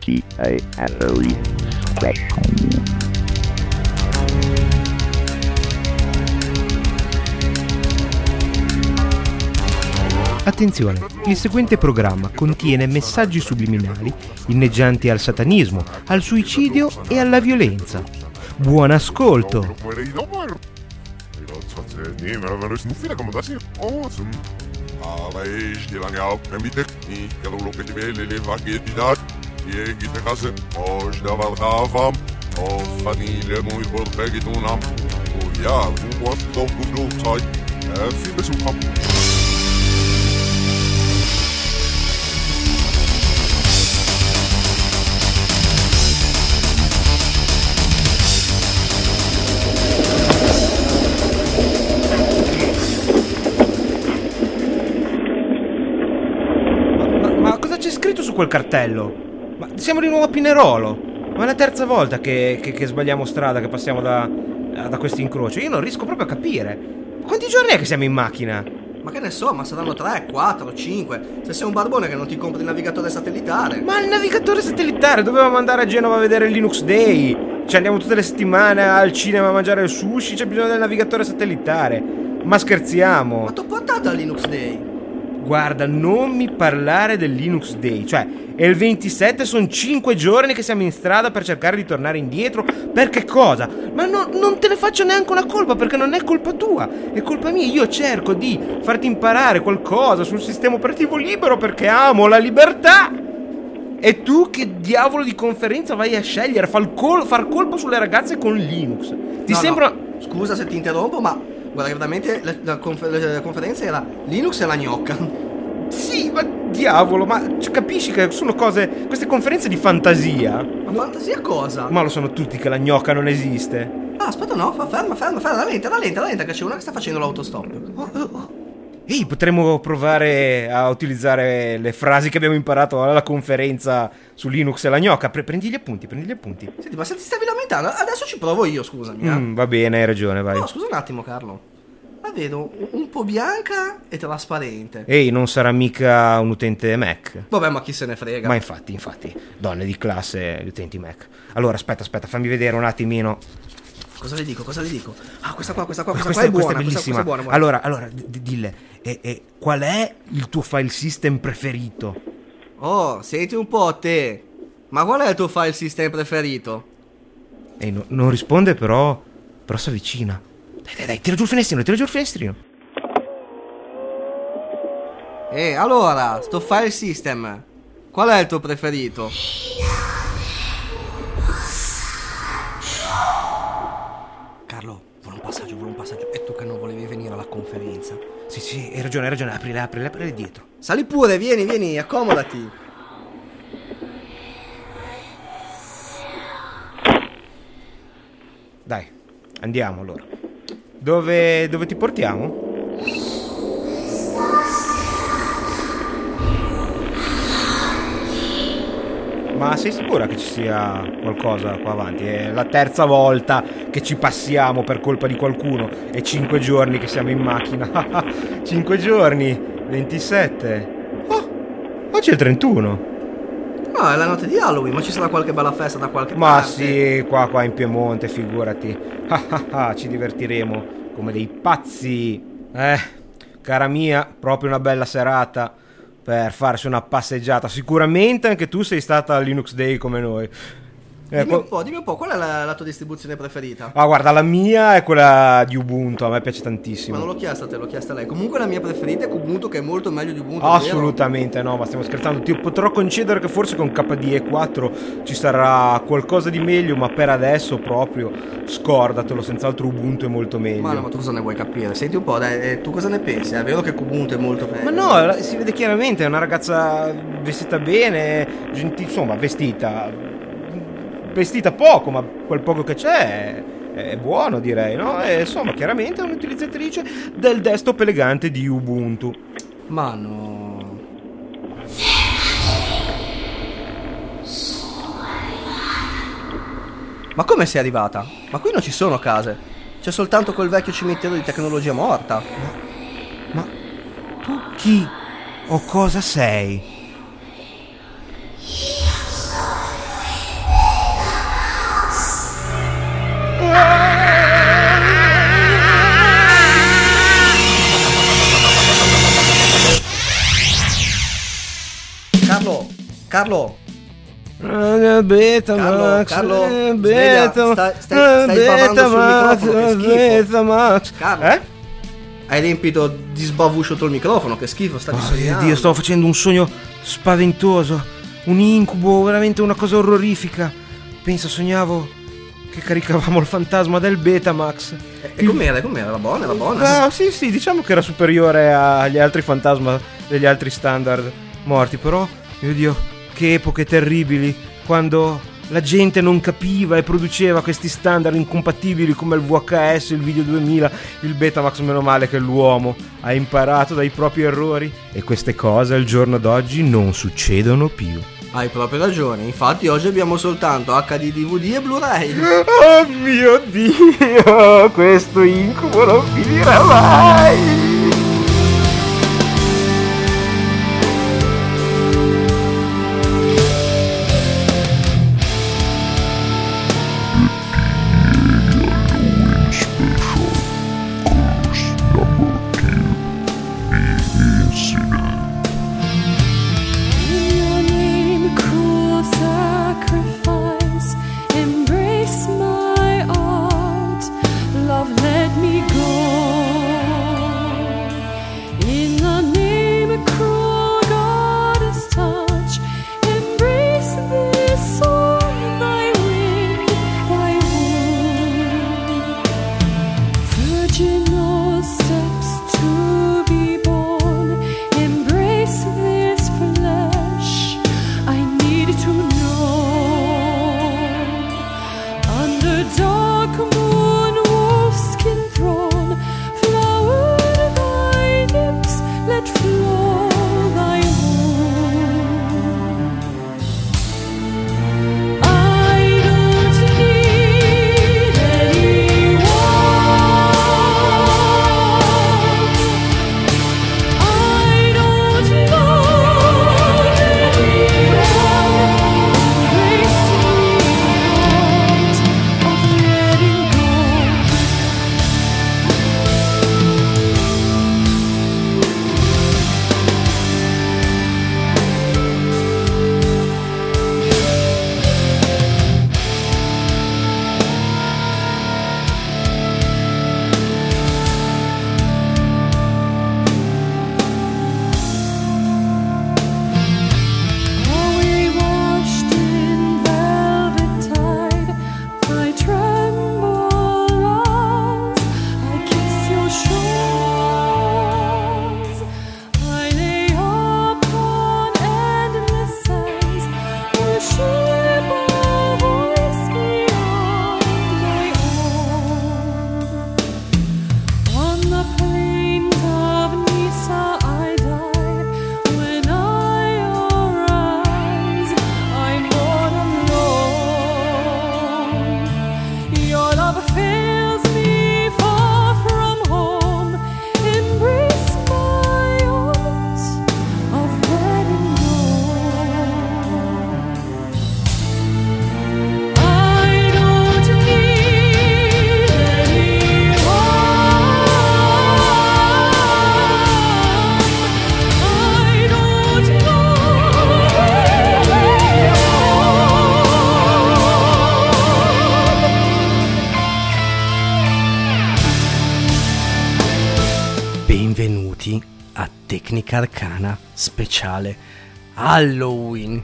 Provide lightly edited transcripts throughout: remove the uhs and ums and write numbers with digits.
Attenzione, il seguente programma contiene messaggi subliminali inneggianti al satanismo, al suicidio e alla violenza. Buon ascolto! Ma cosa c'è scritto su quel cartello? Ma siamo di nuovo a Pinerolo. Ma è la terza volta che sbagliamo strada, che passiamo da questo incrocio. Io non riesco proprio a capire. Quanti giorni è che siamo in macchina? Ma che ne so, ma saranno 3, 4, 5. Se sei un barbone che non ti compri il navigatore satellitare. Ma il navigatore satellitare, dovevamo andare a Genova a vedere il Linux Day. Ci andiamo tutte le settimane al cinema a mangiare il sushi. C'è bisogno del navigatore satellitare. Ma scherziamo? Ma t'ho portato al Linux Day. Guarda, non mi parlare del Linux Day. Cioè, è il 27, sono 5 giorni che siamo in strada per cercare di tornare indietro. Per che cosa? Ma non te ne faccio neanche una colpa, perché non è colpa tua, è colpa mia. Io cerco di farti imparare qualcosa sul sistema operativo libero perché amo la libertà. E tu che diavolo di conferenza vai a scegliere? Far colpo sulle ragazze con Linux? Ti sembra... No. Scusa se ti interrompo, ma guarda che veramente la conferenza era Linux e la gnocca. Sì, ma diavolo, ma capisci che sono cose, queste conferenze di fantasia? Ma fantasia cosa? Ma lo sanno tutti che la gnocca non esiste. Ah, aspetta, no, ferma, la lenta, che c'è una che sta facendo l'autostop. Ehi, potremmo provare a utilizzare le frasi che abbiamo imparato alla conferenza su Linux e la gnocca. Prendi gli appunti. Senti, ma se ti stavi lamentando, adesso ci provo io, scusami. Va bene, hai ragione, vai. No, scusa un attimo, Carlo. La vedo un po' bianca e trasparente. Ehi, non sarà mica un utente Mac? Vabbè, ma chi se ne frega. Ma infatti, donne di classe, gli utenti Mac. Allora, aspetta, fammi vedere un attimino. Cosa le dico? Ah, questa qua è buona. Questa è bellissima. Questa è buona. Allora, dille, qual è il tuo file system preferito? Oh, senti un po' te. Ma qual è il tuo file system preferito? Ehi, non risponde però si avvicina. Dai, tira giù il finestrino. Allora, sto file system, qual è il tuo preferito? Carlo, vuole un passaggio. E tu che non volevi venire alla conferenza? Sì, hai ragione, apri dietro. Sali pure, vieni, accomodati. Dai, andiamo allora. Dove ti portiamo? Ma sei sicura che ci sia qualcosa qua avanti? È la terza volta che ci passiamo per colpa di qualcuno. È 5 giorni che siamo in macchina. 5 giorni, 27. Oggi è il 31. Ah, è la notte di Halloween, ma ci sarà qualche bella festa da qualche parte? Ma sì, qua in Piemonte, figurati. Ci divertiremo come dei pazzi. Cara mia, proprio una bella serata per farsi una passeggiata. Sicuramente anche tu sei stata al Linux Day come noi. Dimmi un po', qual è la tua distribuzione preferita? Guarda, la mia è quella di Ubuntu, a me piace tantissimo. Ma non l'ho chiesta a te, l'ho chiesta a lei. Comunque la mia preferita è Ubuntu, che è molto meglio di Ubuntu. Assolutamente no, ma stiamo scherzando. Ti potrò concedere che forse con KDE 4 ci sarà qualcosa di meglio, ma per adesso proprio scordatelo, senz'altro Ubuntu è molto meglio. Ma tu cosa ne vuoi capire? Senti un po', dai, tu cosa ne pensi? È vero che Ubuntu è molto meglio? Ma no, si vede chiaramente, è una ragazza vestita bene, insomma, vestita poco, ma quel poco che c'è è buono, direi, no? E insomma, chiaramente è un'utilizzatrice del desktop elegante di Ubuntu. Ma no. Ma come sei arrivata? Ma qui non ci sono case. C'è soltanto quel vecchio cimitero di tecnologia morta. Ma tu chi o cosa sei? Carlo. Betamax, Carlo, sveglia, stai sbavando sul microfono, che schifo. Betamax. Carlo, hai riempito di sbavusciato il microfono, che schifo, stavi sognando. Dio, stavo facendo un sogno spaventoso, un incubo, veramente una cosa orrorifica. Pensa, sognavo che caricavamo il fantasma del Betamax. E com'era? Era buona? Ah, sì, diciamo che era superiore agli altri fantasma degli altri standard morti, però, mio Dio, che epoche terribili, quando la gente non capiva e produceva questi standard incompatibili come il VHS, il Video 2000, il Betamax. Meno male che l'uomo ha imparato dai propri errori e queste cose al giorno d'oggi non succedono più. Hai proprio ragione, infatti oggi abbiamo soltanto HD, DVD e Blu-ray. Oh mio Dio, questo incubo non finirà mai. Benvenuti a Tecnica Arcana speciale Halloween.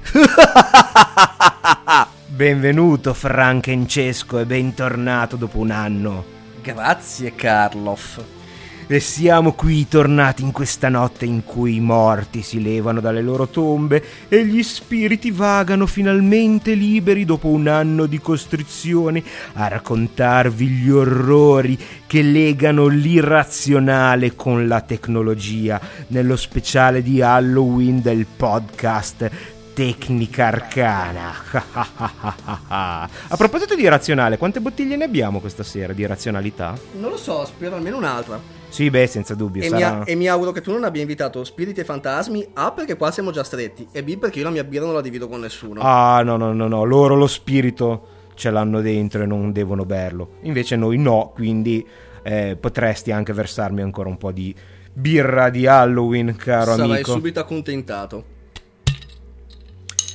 Benvenuto Francesco e bentornato dopo un anno. Grazie Karloff. E siamo qui tornati in questa notte in cui i morti si levano dalle loro tombe e gli spiriti vagano finalmente liberi dopo un anno di costrizioni a raccontarvi gli orrori che legano l'irrazionale con la tecnologia nello speciale di Halloween del podcast Tecnica Arcana. A proposito di irrazionale, quante bottiglie ne abbiamo questa sera di razionalità? Non lo so, spero almeno un'altra. Sì, beh, senza dubbio. E mi auguro che tu non abbia invitato spiriti e fantasmi. A, perché qua siamo già stretti, e B, perché io la mia birra non la divido con nessuno. Ah, no, loro lo spirito ce l'hanno dentro e non devono berlo. Invece noi no, quindi potresti anche versarmi ancora un po' di birra di Halloween, caro amico. Sarai subito accontentato.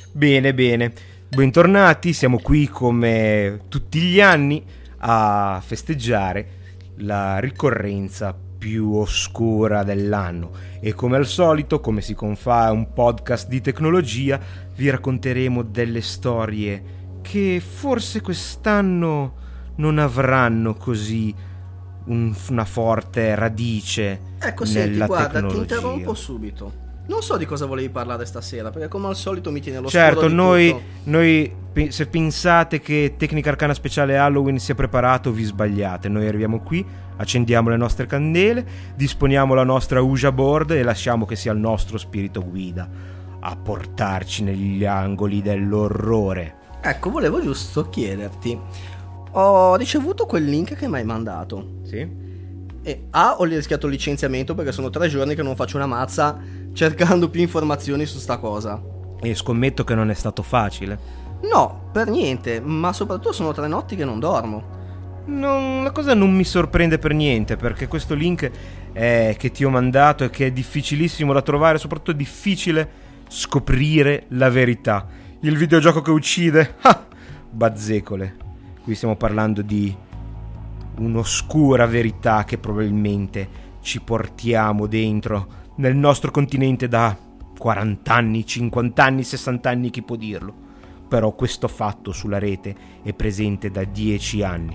Bene, bene. Bentornati, siamo qui come tutti gli anni a festeggiare la ricorrenza più oscura dell'anno e come al solito, come si confà a un podcast di tecnologia, vi racconteremo delle storie che forse quest'anno non avranno così una forte radice Ecco, nella senti, guarda, tecnologia. ti interrompo subito. Non so di cosa volevi parlare stasera, perché come al solito mi tiene lo Certo, scuro di tutto. noi se pensate che Tecnica Arcana Speciale Halloween sia preparato, vi sbagliate. Noi arriviamo qui, accendiamo le nostre candele, disponiamo la nostra Ouija board e lasciamo che sia il nostro spirito guida a portarci negli angoli dell'orrore. Ecco, volevo giusto chiederti. Ho ricevuto quel link che mi hai mandato. Sì? E ho rischiato il licenziamento perché sono 3 giorni che non faccio una mazza cercando più informazioni su sta cosa. E scommetto che non è stato facile. No, per niente, ma soprattutto sono 3 notti che non dormo. La cosa non mi sorprende per niente, perché questo link che ti ho mandato e che è difficilissimo da trovare, soprattutto è difficile scoprire la verità. Il videogioco che uccide, bazzecole. Qui stiamo parlando di un'oscura verità che probabilmente ci portiamo dentro nel nostro continente da 40 anni, 50 anni, 60 anni, chi può dirlo. Però questo fatto sulla rete è presente da 10 anni.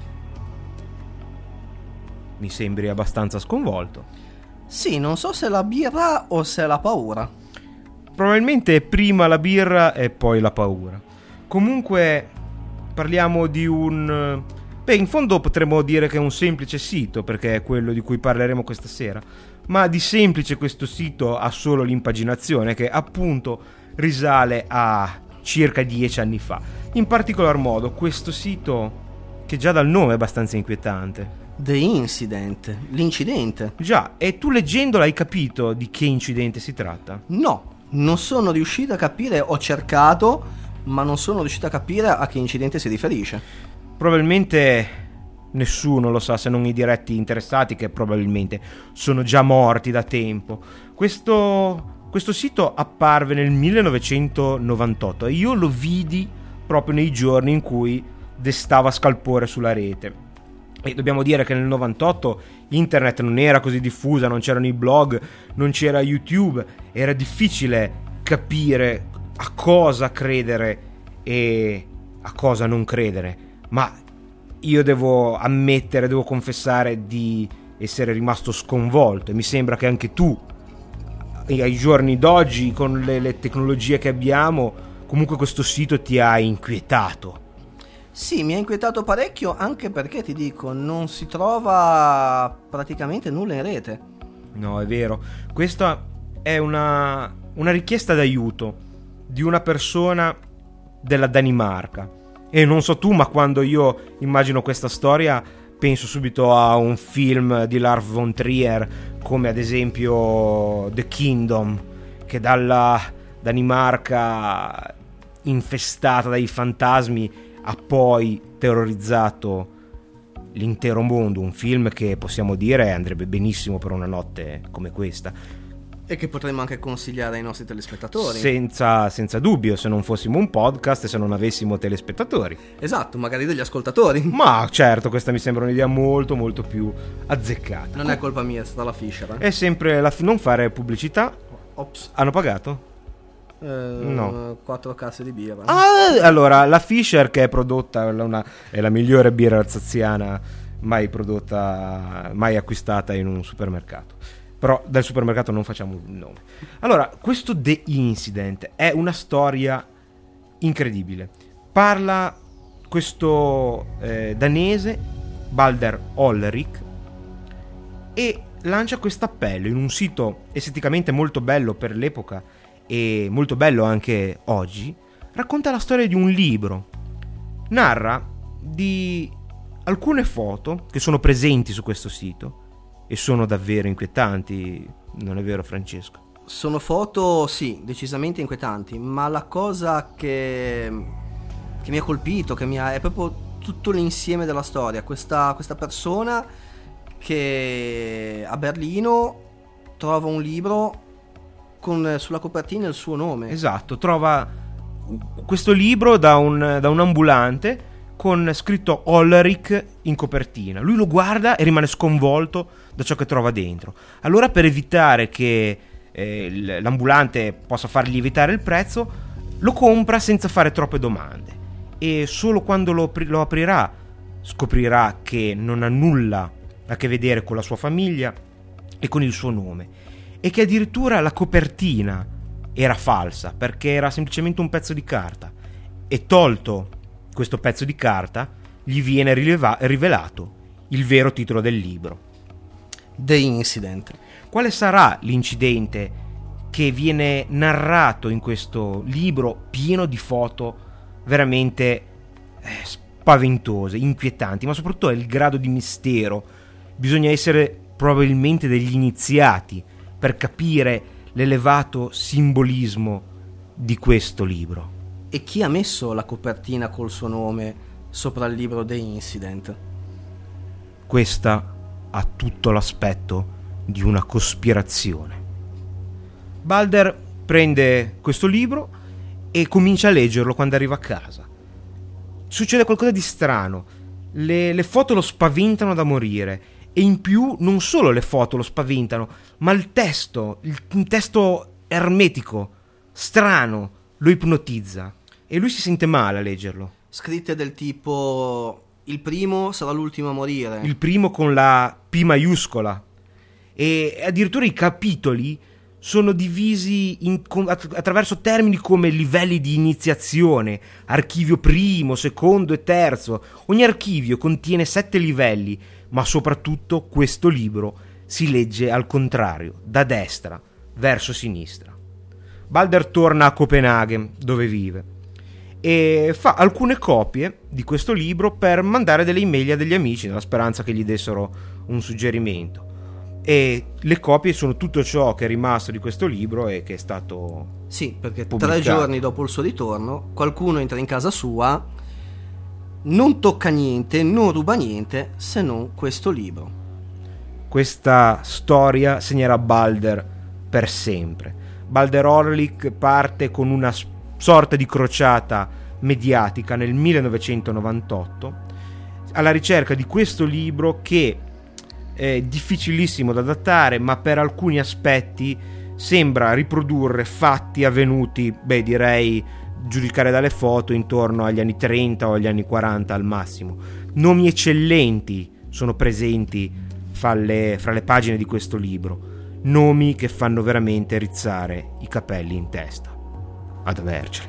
Mi sembri abbastanza sconvolto. Sì, non so se è la birra o se è la paura. Probabilmente è prima la birra e poi la paura. Comunque parliamo di un... in fondo potremmo dire che è un semplice sito, perché è quello di cui parleremo questa sera. Ma di semplice questo sito ha solo l'impaginazione, che appunto risale a circa 10 anni fa. In particolar modo questo sito, che già dal nome è abbastanza inquietante. The Incident, l'incidente. Già, e tu leggendolo hai capito di che incidente si tratta? No, non sono riuscito a capire, ho cercato, ma non sono riuscito a capire a che incidente si riferisce. Probabilmente nessuno lo sa, se non i diretti interessati, che probabilmente sono già morti da tempo. Questo sito apparve nel 1998 e io lo vidi proprio nei giorni in cui destava scalpore sulla rete. E dobbiamo dire che nel 98 internet non era così diffusa, non c'erano i blog, non c'era YouTube, era difficile capire a cosa credere e a cosa non credere. Ma io devo ammettere, devo confessare di essere rimasto sconvolto, e mi sembra che anche tu, ai giorni d'oggi, con le tecnologie che abbiamo, comunque questo sito ti ha inquietato. Sì, mi ha inquietato parecchio, anche perché ti dico, non si trova praticamente nulla in rete. No, è vero. Questa è una richiesta d'aiuto di una persona della Danimarca. E non so tu, ma quando io immagino questa storia penso subito a un film di Lars von Trier, come ad esempio The Kingdom, che dalla Danimarca infestata dai fantasmi ha poi terrorizzato l'intero mondo. Un film che possiamo dire andrebbe benissimo per una notte come questa. E che potremmo anche consigliare ai nostri telespettatori. Senza dubbio, se non fossimo un podcast e se non avessimo telespettatori. Esatto, magari degli ascoltatori. Ma certo, questa mi sembra un'idea molto molto più azzeccata. Non è colpa mia, è stata la Fisher. È sempre non fare pubblicità. Ops. Hanno pagato? No. 4 casse di birra. Allora, la Fisher, che è prodotta, è la migliore birra alsaziana mai prodotta, mai acquistata in un supermercato. Però dal supermercato non facciamo il nome. Allora, questo The Incident è una storia incredibile. Parla questo danese, Balder Olrik, e lancia questo appello in un sito esteticamente molto bello per l'epoca e molto bello anche oggi. Racconta la storia di un libro. Narra di alcune foto che sono presenti su questo sito e sono davvero inquietanti, non è vero, Francesco? Sono foto, sì, decisamente inquietanti, ma la cosa che mi ha colpito, è proprio tutto l'insieme della storia. Questa persona che a Berlino trova un libro con sulla copertina il suo nome. Esatto, trova questo libro da un ambulante con scritto Ollerich in copertina. Lui lo guarda e rimane sconvolto da ciò che trova dentro. Allora, per evitare che l'ambulante possa fargli lievitare il prezzo, lo compra senza fare troppe domande, e solo quando lo aprirà scoprirà che non ha nulla a che vedere con la sua famiglia e con il suo nome, e che addirittura la copertina era falsa, perché era semplicemente un pezzo di carta, e tolto questo pezzo di carta gli viene rivelato il vero titolo del libro. The Incident. Quale sarà l'incidente che viene narrato in questo libro pieno di foto veramente spaventose, inquietanti, ma soprattutto è il grado di mistero. Bisogna essere probabilmente degli iniziati per capire l'elevato simbolismo di questo libro. E chi ha messo la copertina col suo nome sopra il libro The Incident? Questa ha tutto l'aspetto di una cospirazione. Balder prende questo libro e comincia a leggerlo quando arriva a casa. Succede qualcosa di strano. Le foto lo spaventano da morire, e in più non solo le foto lo spaventano, ma il testo, un testo ermetico, strano, lo ipnotizza, e lui si sente male a leggerlo. Scritte del tipo: il primo sarà l'ultimo a morire. Il primo con la P maiuscola, e addirittura i capitoli sono divisi attraverso termini come livelli di iniziazione, archivio primo, secondo e terzo. Ogni archivio contiene 7 livelli, ma soprattutto questo libro si legge al contrario, da destra verso sinistra. Balder torna a Copenaghen, dove vive, e fa alcune copie di questo libro per mandare delle email a degli amici, nella speranza che gli dessero un suggerimento. E le copie sono tutto ciò che è rimasto di questo libro e che è stato Sì, perché pubblicato. 3 giorni dopo il suo ritorno qualcuno entra in casa sua, non tocca niente, non ruba niente se non questo libro. Questa storia segnerà Balder per sempre. Balder Orlik parte con una sorta di crociata mediatica nel 1998 alla ricerca di questo libro, che è difficilissimo da datare, ma per alcuni aspetti sembra riprodurre fatti avvenuti, direi, giudicare dalle foto, intorno agli anni 30 o agli anni 40 al massimo. Nomi eccellenti sono presenti fra le pagine di questo libro, nomi che fanno veramente rizzare i capelli in testa ad averceli.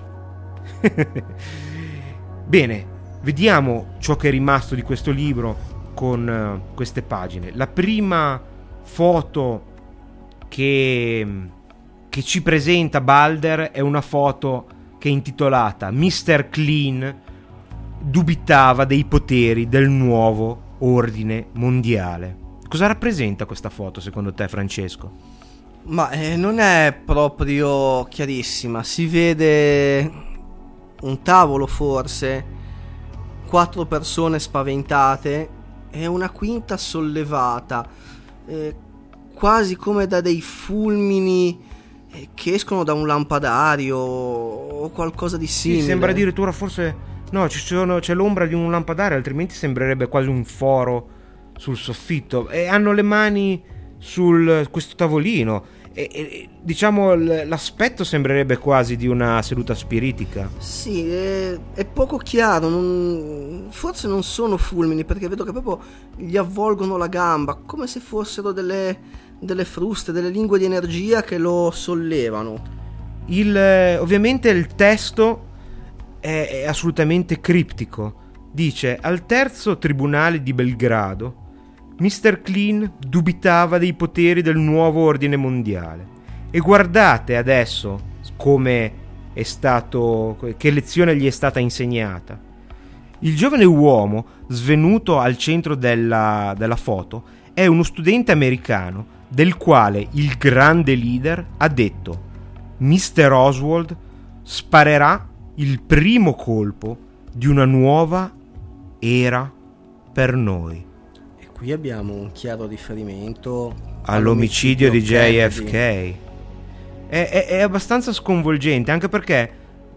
Bene, vediamo ciò che è rimasto di questo libro con queste pagine. La prima foto che ci presenta Balder è una foto che è intitolata Mr. Clean dubitava dei poteri del nuovo ordine mondiale. Cosa rappresenta questa foto secondo te, Francesco? Ma non è proprio chiarissima. Si vede un tavolo, forse 4 persone spaventate e una quinta sollevata, quasi come da dei fulmini che escono da un lampadario o qualcosa di simile. Sì, sembra addirittura, forse no, c'è l'ombra di un lampadario, altrimenti sembrerebbe quasi un foro sul soffitto, e hanno le mani su questo tavolino, e diciamo l'aspetto sembrerebbe quasi di una seduta spiritica. Sì, è poco chiaro, forse non sono fulmini, perché vedo che proprio gli avvolgono la gamba, come se fossero delle fruste, delle lingue di energia che lo sollevano. Ovviamente il testo è assolutamente criptico. Dice: al terzo tribunale di Belgrado Mr. Clean dubitava dei poteri del nuovo ordine mondiale. E guardate adesso come è stato, che lezione gli è stata insegnata. Il giovane uomo svenuto al centro della foto è uno studente americano del quale il grande leader ha detto: Mr. Oswald sparerà il primo colpo di una nuova era per noi. Qui abbiamo un chiaro riferimento all'omicidio di JFK. È abbastanza sconvolgente, anche perché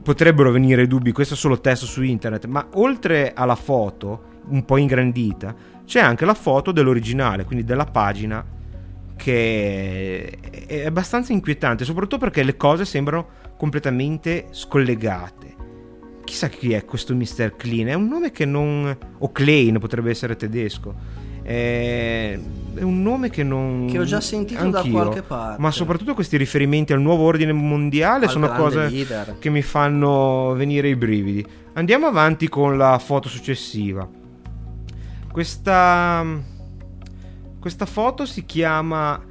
potrebbero venire dubbi, questo è solo testo su internet, ma oltre alla foto un po' ingrandita c'è anche la foto dell'originale, quindi della pagina, che è abbastanza inquietante, soprattutto perché le cose sembrano completamente scollegate. Chissà chi è questo Mr. Clean, è un nome che non... o Klein, potrebbe essere tedesco. È un nome che non... che ho già sentito anch'io, da qualche parte. ma soprattutto questi riferimenti al nuovo ordine mondiale Al sono grande cose leader. che mi fanno venire i brividi. Andiamo avanti con la foto successiva. Questa foto si chiama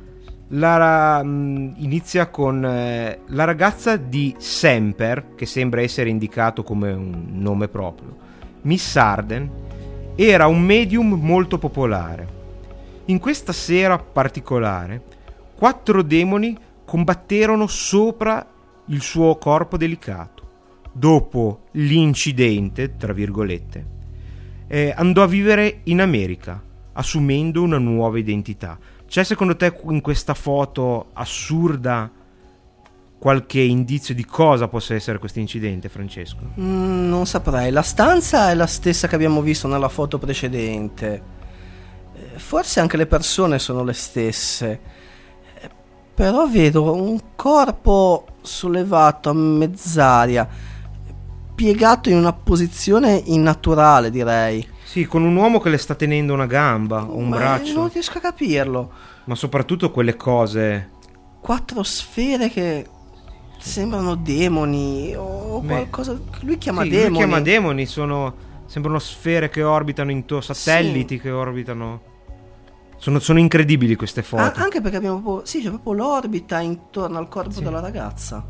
inizia con la ragazza di Semper, che sembra essere indicato come un nome proprio. Miss Arden era un medium molto popolare. In questa sera particolare 4 demoni combatterono sopra il suo corpo delicato. Dopo l'incidente, tra virgolette, andò a vivere in America, assumendo una nuova identità. C'è secondo te in questa foto assurda qualche indizio di cosa possa essere questo incidente, Francesco? Non saprei. La stanza è la stessa che abbiamo visto nella foto precedente. Forse anche le persone sono le stesse. Però vedo un corpo sollevato a mezz'aria, piegato in una posizione innaturale, direi. Sì, con un uomo che le sta tenendo una gamba o un braccio. Non riesco a capirlo. Ma soprattutto quelle cose... 4 sfere che sembrano demoni o qualcosa che lui chiama demoni. Lui chiama demoni, sembrano sfere che orbitano intorno, satelliti che orbitano. Sono incredibili queste foto. Anche perché abbiamo proprio, c'è proprio l'orbita intorno al corpo della ragazza.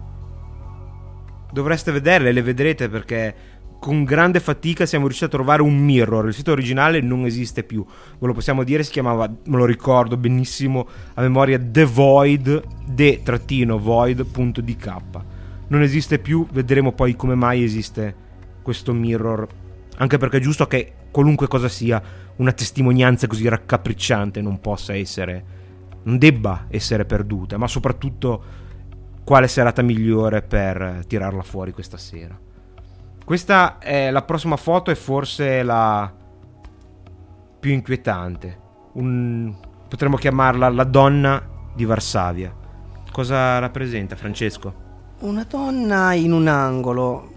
Dovreste vederle, le vedrete, perché con grande fatica siamo riusciti a trovare un mirror. Il sito originale non esiste più, ve lo possiamo dire, si chiamava, me lo ricordo benissimo a memoria, The Void, the-void.dk. Non esiste più, vedremo poi come mai esiste questo mirror, anche perché è giusto che qualunque cosa sia una testimonianza così raccapricciante non debba essere perduta, ma soprattutto quale serata migliore per tirarla fuori questa sera. Questa è la prossima foto, è forse la più inquietante. Potremmo chiamarla la donna di Varsavia. Cosa rappresenta, Francesco? Una donna in un angolo.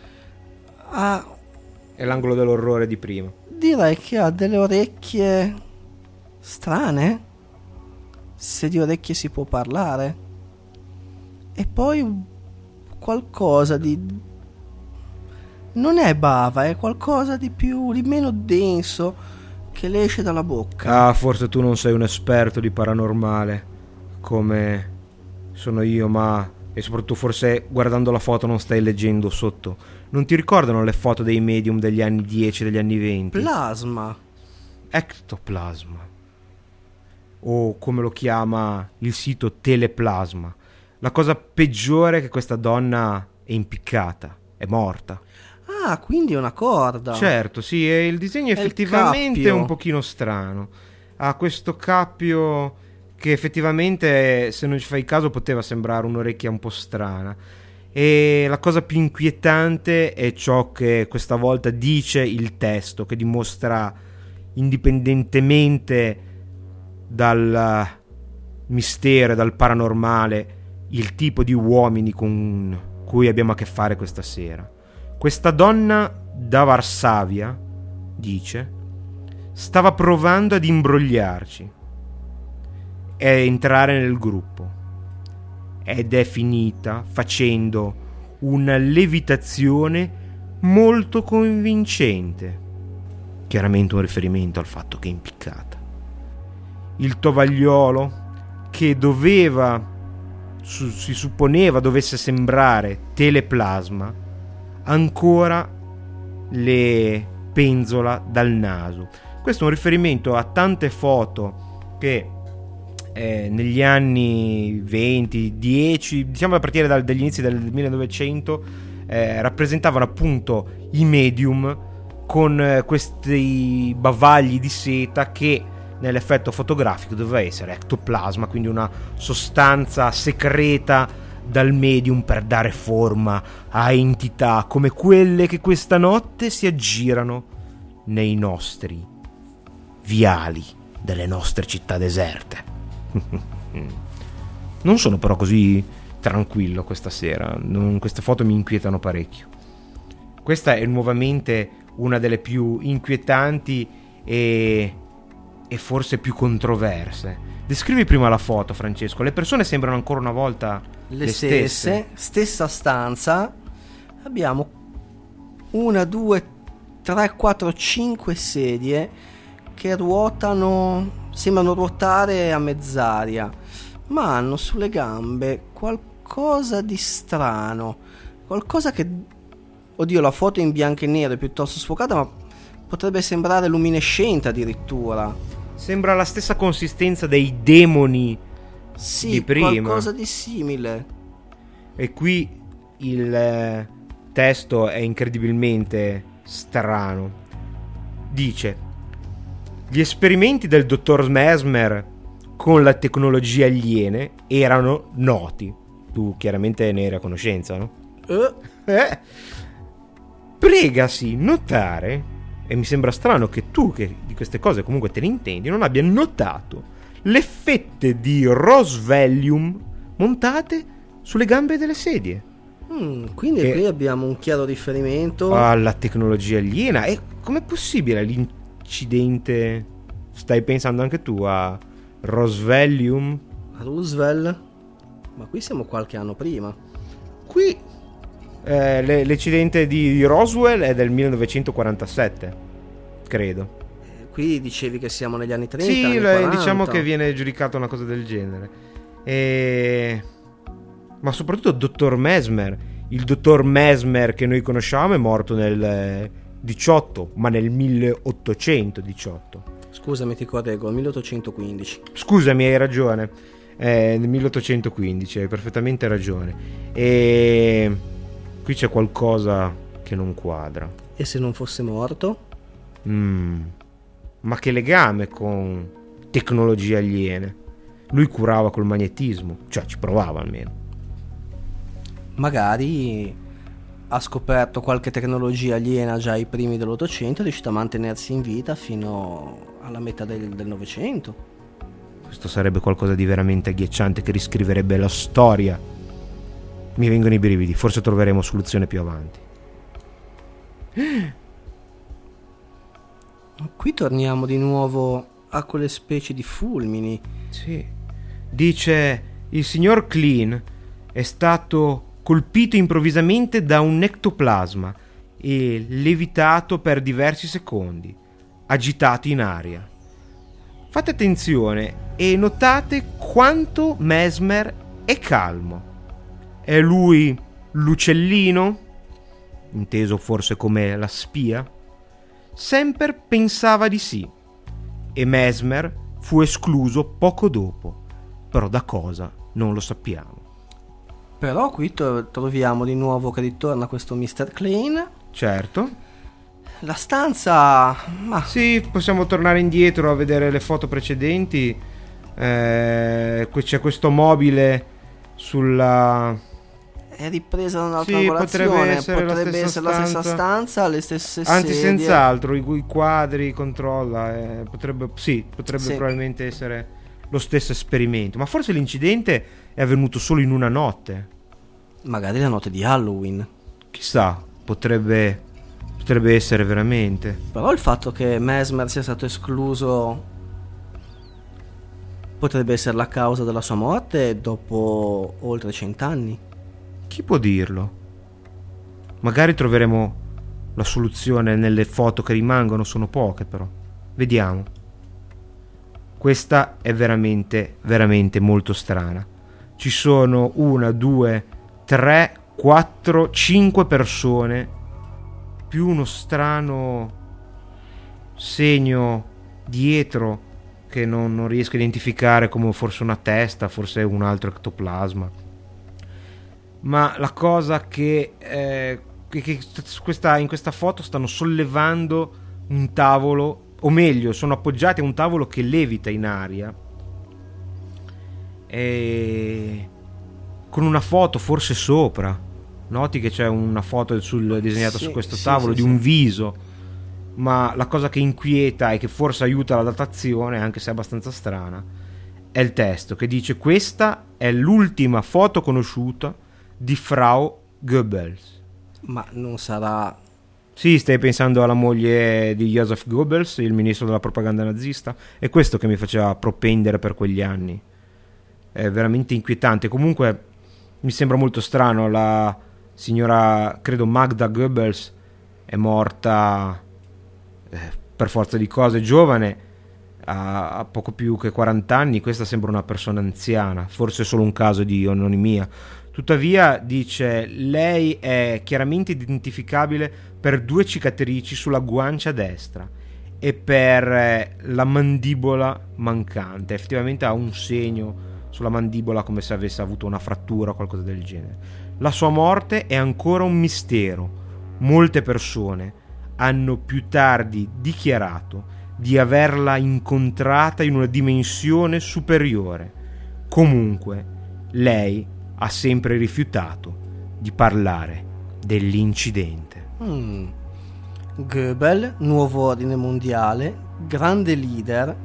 È l'angolo dell'orrore di prima. Direi che ha delle orecchie strane, se di orecchie si può parlare. E poi qualcosa di... non è bava, è qualcosa di meno denso che le esce dalla bocca. Forse tu non sei un esperto di paranormale come sono io, ma... e soprattutto forse guardando la foto non stai leggendo sotto. Non ti ricordano le foto dei medium degli anni 10, degli anni 20? Plasma. Ectoplasma. O come lo chiama il sito, teleplasma. La cosa peggiore è che questa donna è impiccata, è morta. Quindi è una corda. Certo, sì, e il disegno effettivamente è un pochino strano. Ha questo cappio che effettivamente, se non ci fai caso, poteva sembrare un'orecchia un po' strana. E la cosa più inquietante è ciò che questa volta dice il testo, che dimostra, indipendentemente dal mistero e dal paranormale, il tipo di uomini con cui abbiamo a che fare questa sera. Questa donna da Varsavia, dice, stava provando ad imbrogliarci e entrare nel gruppo, ed è finita facendo una levitazione molto convincente, chiaramente un riferimento al fatto che è impiccata. Il tovagliolo, che si supponeva dovesse sembrare teleplasma, ancora le penzola dal naso. Questo è un riferimento a tante foto che negli anni 20, 10, diciamo a partire dagli inizi del 1900, rappresentavano appunto i medium con questi bavagli di seta che nell'effetto fotografico doveva essere ectoplasma, quindi una sostanza secreta dal medium per dare forma a entità come quelle che questa notte si aggirano nei nostri viali delle nostre città deserte. Non sono però così tranquillo questa sera, queste foto mi inquietano parecchio. Questa è nuovamente una delle più inquietanti e forse più controverse. Descrivi prima la foto, Francesco. Le persone sembrano ancora una volta le stesse. Stessa stanza. Abbiamo 1, 2, 3, 4, 5 sedie che sembrano ruotare a mezz'aria, ma hanno sulle gambe qualcosa di strano, qualcosa che, oddio, la foto in bianco e nero è piuttosto sfocata, ma potrebbe sembrare luminescente addirittura. Sembra la stessa consistenza dei demoni di prima. Sì, qualcosa di simile. E qui il testo è incredibilmente strano. Dice: gli esperimenti del dottor Mesmer con la tecnologia aliene erano noti. Tu chiaramente ne eri a conoscenza, no? Pregasi notare, e mi sembra strano che tu, che di queste cose comunque te ne intendi, non abbia notato le fette di Roswellium montate sulle gambe delle sedie. Quindi qui abbiamo un chiaro riferimento alla tecnologia aliena. E com'è possibile l'incidente? Stai pensando anche tu a Roswellium? Roosevelt? Ma qui siamo qualche anno prima. Qui l'incidente di Roswell è del 1947, credo. Qui dicevi che siamo negli anni 30, sì, anni 40. Diciamo che viene giudicato una cosa del genere. Ma soprattutto dottor Mesmer. Il dottor Mesmer che noi conosciamo è morto nel 18, ma nel 1818. Scusami, ti correggo, 1815. Scusami, hai ragione. Nel 1815, hai perfettamente ragione. E qui c'è qualcosa che non quadra. E se non fosse morto? Ma che legame con tecnologie aliene? Lui curava col magnetismo, cioè ci provava almeno. Magari ha scoperto qualche tecnologia aliena già ai primi dell'Ottocento e è riuscito a mantenersi in vita fino alla metà del Novecento. Questo sarebbe qualcosa di veramente agghiacciante che riscriverebbe la storia. Mi vengono i brividi, forse troveremo soluzione più avanti. Qui torniamo di nuovo a quelle specie di fulmini. Sì. Dice: il signor Klein è stato colpito improvvisamente da un ectoplasma e levitato per diversi secondi, agitato in aria. Fate attenzione e notate quanto Mesmer è calmo. È lui l'uccellino? Inteso forse come la spia? Semper pensava di sì, e Mesmer fu escluso poco dopo, però da cosa non lo sappiamo. Però qui troviamo di nuovo che ritorna questo Mr. Klein. Certo. La stanza... Sì, possiamo tornare indietro a vedere le foto precedenti. Qui c'è questo mobile sulla... È ripresa da un'altra angolazione. Potrebbe essere la stessa stanza, le stesse sedie. Anzi, senz'altro, i quadri, controlla. Potrebbe probabilmente essere lo stesso esperimento. Ma forse l'incidente è avvenuto solo in una notte. Magari la notte di Halloween. Chissà, potrebbe essere veramente. Però il fatto che Mesmer sia stato escluso potrebbe essere la causa della sua morte dopo oltre 100 anni. Chi può dirlo? Magari troveremo la soluzione nelle foto che rimangono, sono poche però. Vediamo. Questa è veramente, veramente molto strana. Ci sono 1, 2, 3, 4, 5 persone, più uno strano segno dietro che non riesco a identificare come forse una testa, forse un altro ectoplasma. Ma la cosa che in questa foto stanno sollevando un tavolo, o meglio, sono appoggiati a un tavolo che levita in aria, e con una foto forse sopra. Noti che c'è una foto disegnata su questo tavolo di un viso, ma la cosa che inquieta e che forse aiuta la datazione, anche se è abbastanza strana, è il testo che dice: questa è l'ultima foto conosciuta di Frau Goebbels. Ma non sarà... Sì, stai pensando alla moglie di Joseph Goebbels, il ministro della propaganda nazista? È questo che mi faceva propendere per quegli anni. È veramente inquietante. Comunque mi sembra molto strano, la signora, credo Magda Goebbels, è morta per forza di cose giovane, a poco più che 40 anni. Questa sembra una persona anziana, forse solo un caso di anonimia. Tuttavia, dice, lei è chiaramente identificabile per 2 cicatrici sulla guancia destra e per la mandibola mancante. Effettivamente ha un segno sulla mandibola, come se avesse avuto una frattura o qualcosa del genere. La sua morte è ancora un mistero. Molte persone hanno più tardi dichiarato di averla incontrata in una dimensione superiore. Comunque, lei ha sempre rifiutato di parlare dell'incidente. Goebbels, nuovo ordine mondiale, grande leader.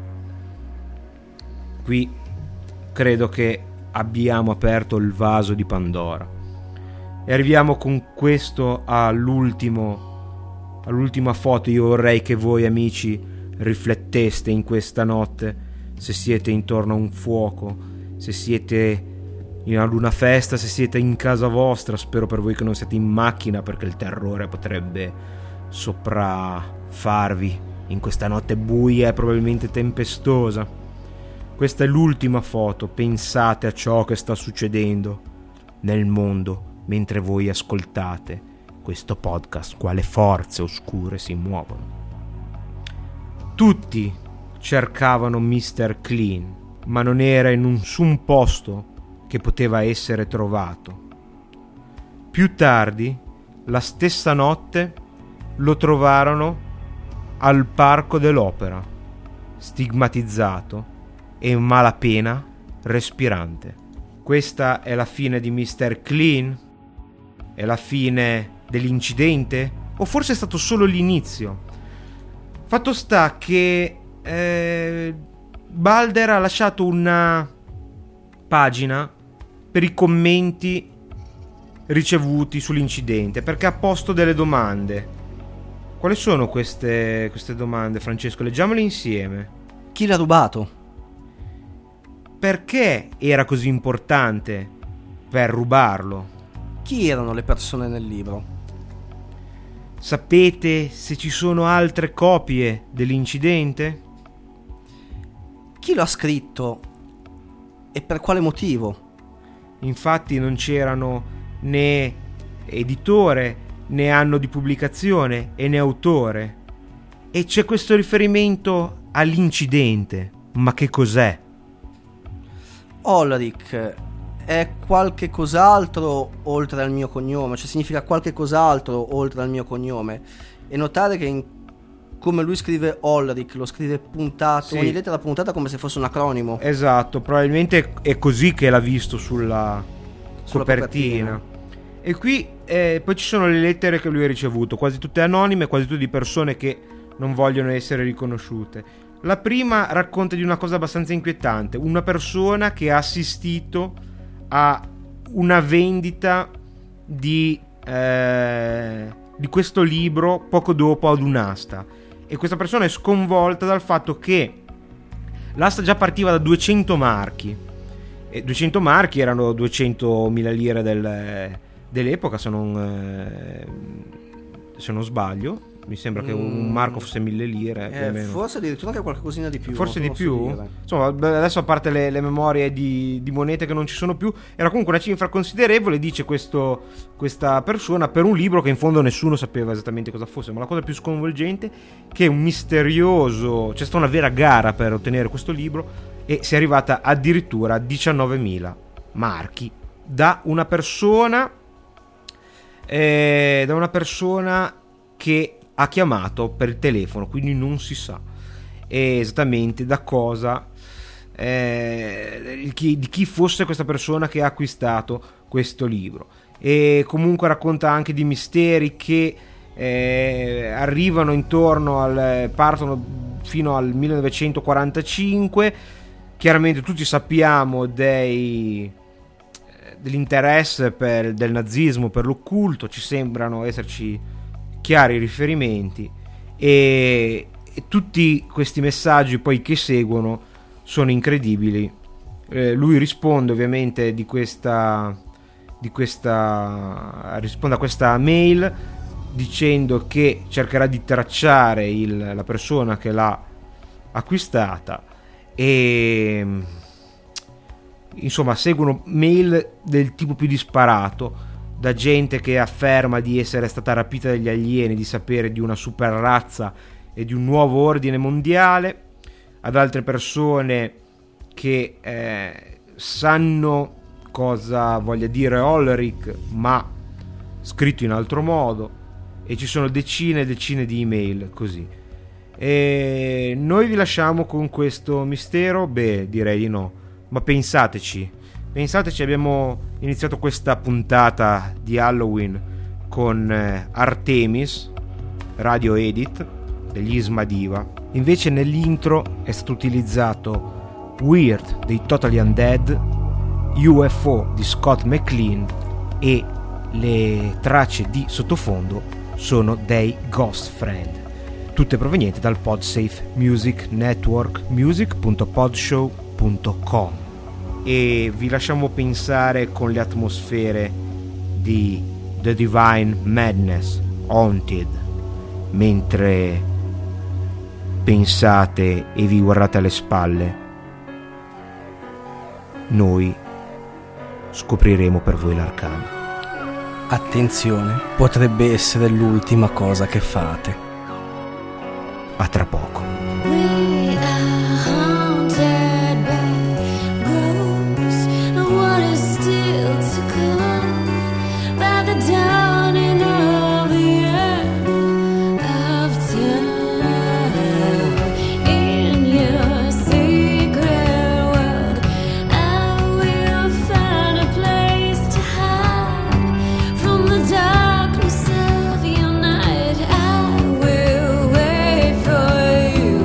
Qui credo che abbiamo aperto il vaso di Pandora e arriviamo con questo all'ultima foto. Io vorrei che voi, amici, rifletteste in questa notte, se siete intorno a un fuoco, se siete ad una festa, se siete in casa vostra. Spero per voi che non siate in macchina, perché il terrore potrebbe sopraffarvi in questa notte buia e probabilmente tempestosa. Questa è l'ultima foto. Pensate a ciò che sta succedendo nel mondo mentre voi ascoltate questo podcast, quale forze oscure si muovono. Tutti cercavano Mr. Clean, ma non era in nessun posto che poteva essere trovato. Più tardi, la stessa notte, lo trovarono al Parco dell'Opera, stigmatizzato e in malapena respirante. Questa è la fine di Mr. Clean? È la fine dell'incidente? O forse è stato solo l'inizio? Fatto sta che Balder ha lasciato una pagina per i commenti ricevuti sull'incidente, perché ha posto delle domande. Quali sono queste domande, Francesco? Leggiamole insieme. Chi l'ha rubato? Perché era così importante per rubarlo? Chi erano le persone nel libro? Sapete se ci sono altre copie dell'incidente? Chi lo ha scritto e per quale motivo? Infatti non c'erano né editore, né anno di pubblicazione e né autore. E c'è questo riferimento all'incidente. Ma che cos'è? Ulrich è qualche cos'altro oltre al mio cognome, cioè significa qualche cos'altro oltre al mio cognome. E notare che come lui scrive Ulrich, lo scrive puntato, sì, ogni lettera puntata come se fosse un acronimo. Esatto, probabilmente è così che l'ha visto sulla copertina. E qui poi ci sono le lettere che lui ha ricevuto, quasi tutte anonime, quasi tutte di persone che non vogliono essere riconosciute. La prima racconta di una cosa abbastanza inquietante: una persona che ha assistito a una vendita di questo libro poco dopo ad un'asta, e questa persona è sconvolta dal fatto che l'asta già partiva da 200 marchi, e 200 marchi erano 200.000 lire dell'epoca, se non sbaglio. Mi sembra che un marco fosse 1.000 lire più o meno. Forse addirittura anche qualcosina di più. Forse di più? Insomma, adesso, a parte le memorie di monete che non ci sono più, era comunque una cifra considerevole, dice questa persona, per un libro che in fondo nessuno sapeva esattamente cosa fosse. Ma la cosa più sconvolgente è che un misterioso, c'è stata una vera gara per ottenere questo libro, e si è arrivata addirittura a 19.000 marchi da una persona che ha chiamato per il telefono, quindi non si sa esattamente da cosa, di chi fosse questa persona che ha acquistato questo libro. E comunque racconta anche di misteri che arrivano partono fino al 1945. Chiaramente tutti sappiamo dell'interesse del nazismo per l'occulto, ci sembrano esserci chiari riferimenti, e tutti questi messaggi poi che seguono sono incredibili. Lui risponde ovviamente risponde a questa mail dicendo che cercherà di tracciare la persona che l'ha acquistata, e insomma seguono mail del tipo più disparato, da gente che afferma di essere stata rapita dagli alieni, di sapere di una super razza e di un nuovo ordine mondiale, ad altre persone che sanno cosa voglia dire Ulrich ma scritto in altro modo, e ci sono decine e decine di email così. E noi vi lasciamo con questo mistero? Beh, direi di no, ma pensateci, abbiamo iniziato questa puntata di Halloween con Artemis, radio edit degli Ismadiva. Invece nell'intro è stato utilizzato Weird dei Totally Undead, UFO di Scott McLean, e le tracce di sottofondo sono dei Ghost Friend, tutte provenienti dal PodSafe Music Network, music.podshow.com. E vi lasciamo pensare con le atmosfere di The Divine Madness, Haunted, mentre pensate e vi guardate alle spalle. Noi scopriremo per voi l'arcano. Attenzione, potrebbe essere l'ultima cosa che fate. A tra poco. We are haunted by ghosts, and what is still to come, by the dawning of the end of time. In your secret world, I will find a place to hide from the darkness of your night. I will wait for you.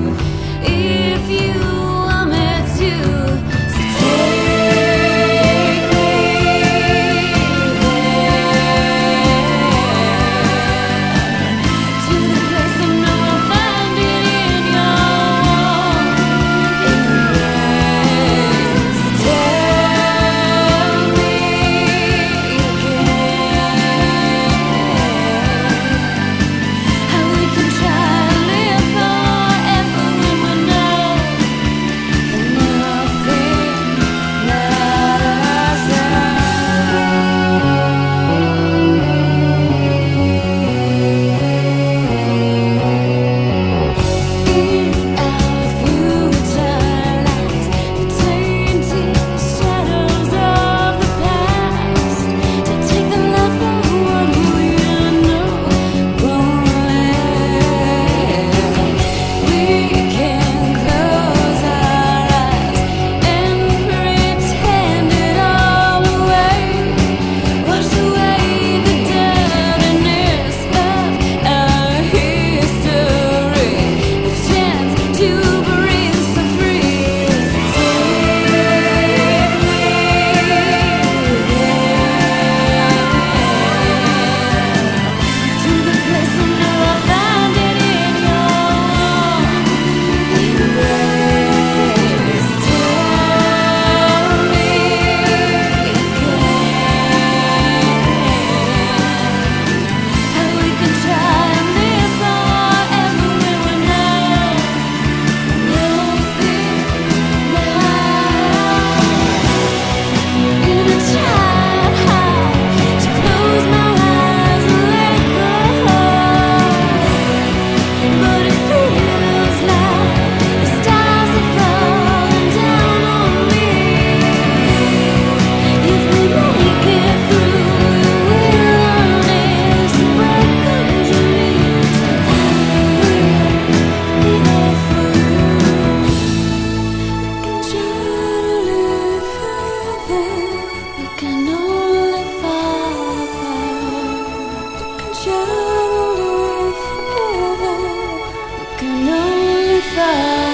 traveler forever, we can only fly.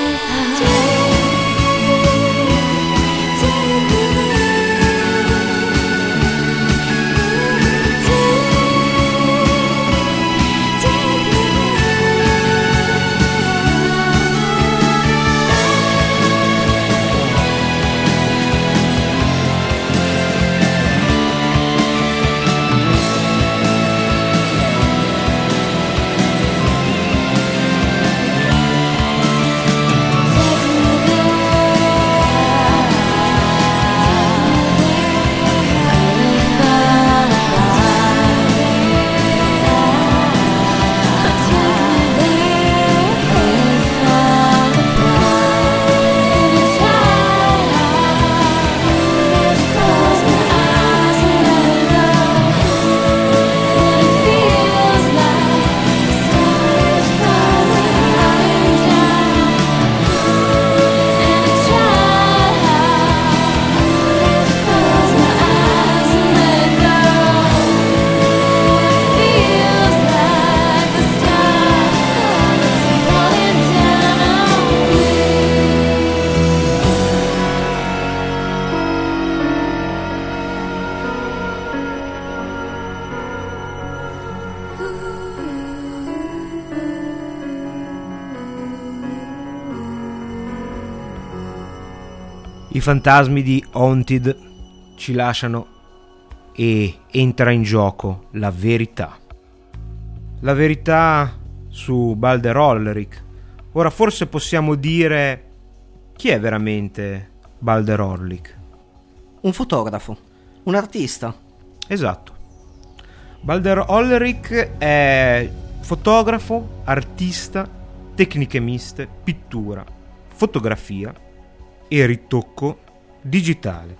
I fantasmi di Haunted ci lasciano e entra in gioco la verità. La verità su Balder Ulrich. Ora forse possiamo dire chi è veramente Balder Ulrich? Un fotografo, un artista. Esatto. Balder Ulrich è fotografo, artista, tecniche miste, pittura, fotografia e ritocco digitale.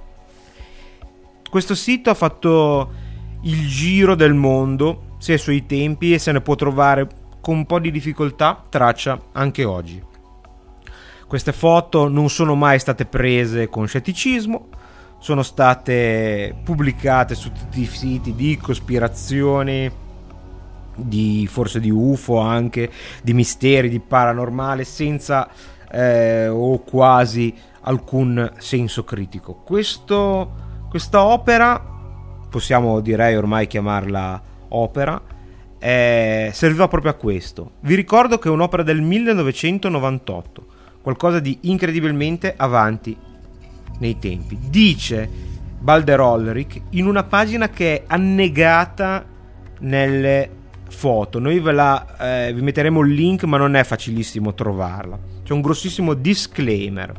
Questo sito ha fatto il giro del mondo sia ai suoi tempi e se ne può trovare con un po' di difficoltà traccia anche oggi. Queste foto non sono mai state prese con scetticismo, sono state pubblicate su tutti i siti di cospirazioni, forse di UFO, anche di misteri, di paranormale, senza o quasi alcun senso critico. Questa opera, possiamo direi ormai chiamarla opera, serviva proprio a questo. Vi ricordo che è un'opera del 1998, qualcosa di incredibilmente avanti nei tempi. Dice Balder Ulrich in una pagina che è annegata nelle foto. Noi vi metteremo il link, ma non è facilissimo trovarla. C'è un grossissimo disclaimer.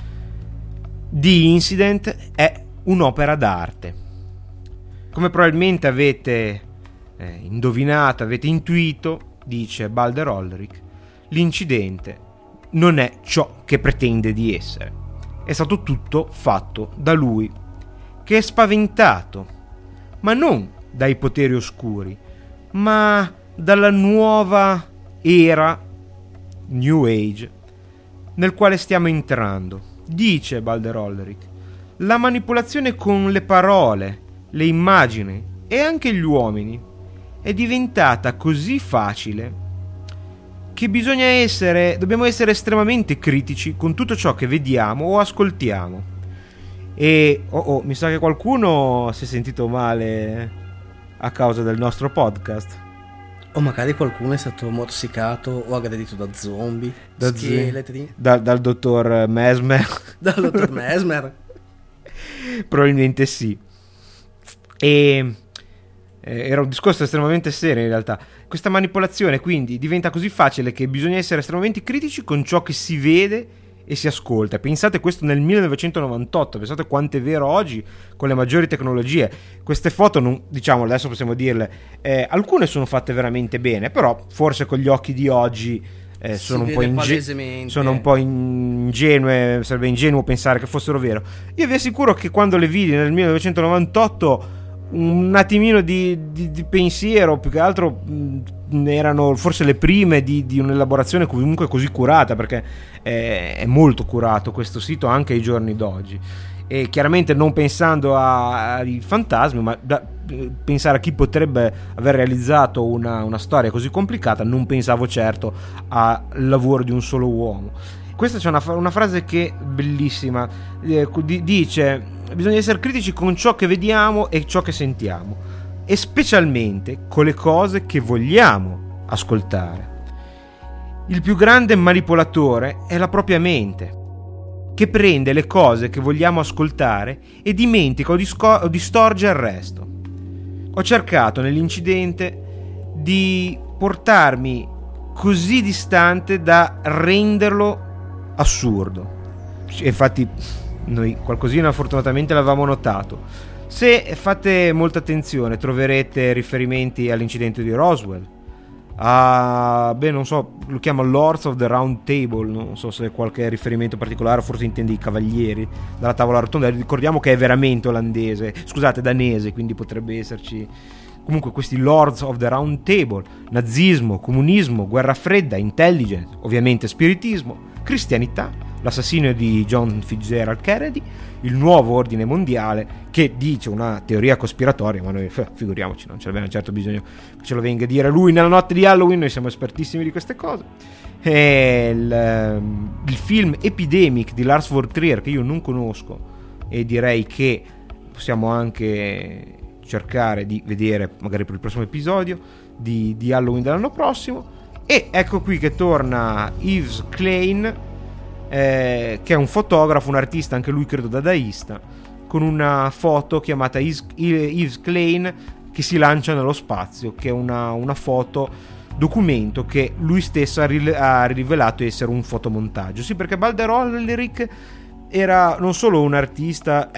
The Incident è un'opera d'arte. Come probabilmente avete indovinato, avete intuito, dice Balder Ulrich, l'incidente non è ciò che pretende di essere. È stato tutto fatto da lui, che è spaventato, ma non dai poteri oscuri, ma dalla nuova era New Age nel quale stiamo entrando. Dice Balder Ulrich, la manipolazione con le parole, le immagini e anche gli uomini è diventata così facile che dobbiamo essere estremamente critici con tutto ciò che vediamo o ascoltiamo. E mi sa che qualcuno si è sentito male a causa del nostro podcast. O magari qualcuno è stato morsicato o aggredito da zombie, Da scheletri. Dal dottor Mesmer. Dal dottor Mesmer. Probabilmente sì. E era un discorso estremamente serio in realtà. Questa manipolazione quindi diventa così facile che bisogna essere estremamente critici con ciò che si vede e si ascolta. Pensate questo nel 1998, pensate quanto è vero oggi con le maggiori tecnologie. Queste foto, non, diciamo, adesso possiamo dirle, alcune sono fatte veramente bene, però forse con gli occhi di oggi sono un po' ingenue, sarebbe ingenuo pensare che fossero vero. Io vi assicuro che quando le vidi nel 1998 un attimino di pensiero, più che altro erano forse le prime di un'elaborazione comunque così curata, perché è molto curato questo sito anche ai giorni d'oggi. e chiaramente non pensando ai fantasmi, ma pensare a chi potrebbe aver realizzato una storia così complicata, non pensavo certo al lavoro di un solo uomo. Questa c'è una frase che è bellissima, dice: bisogna essere critici con ciò che vediamo e ciò che sentiamo, e specialmente con le cose che vogliamo ascoltare. Il più grande manipolatore è la propria mente, che prende le cose che vogliamo ascoltare e dimentica o distorce il resto. Ho cercato nell'incidente di portarmi così distante da renderlo assurdo. Infatti noi qualcosina fortunatamente l'avevamo notato. Se fate molta attenzione troverete riferimenti all'incidente di Roswell, non so, lo chiama Lords of the Round Table, non so se qualche riferimento particolare, forse intende i cavalieri dalla tavola rotonda. Ricordiamo che è veramente danese, quindi potrebbe esserci comunque questi Lords of the Round Table: nazismo, comunismo, guerra fredda, intelligence, ovviamente spiritismo, cristianità, l'assassinio di John Fitzgerald Kennedy, il nuovo ordine mondiale, che dice una teoria cospiratoria, ma noi figuriamoci, non ce l'abbiamo certo bisogno che ce lo venga a dire lui nella notte di Halloween, noi siamo espertissimi di queste cose. E il film Epidemic di Lars von Trier, che io non conosco e direi che possiamo anche cercare di vedere magari per il prossimo episodio di Halloween dell'anno prossimo. E ecco qui che torna Yves Klein, che è un fotografo, un artista, anche lui credo dadaista, con una foto chiamata Yves Klein che si lancia nello spazio, che è una foto documento che lui stesso ha rivelato essere un fotomontaggio. Sì, perché Balder Ulrich era non solo un artista,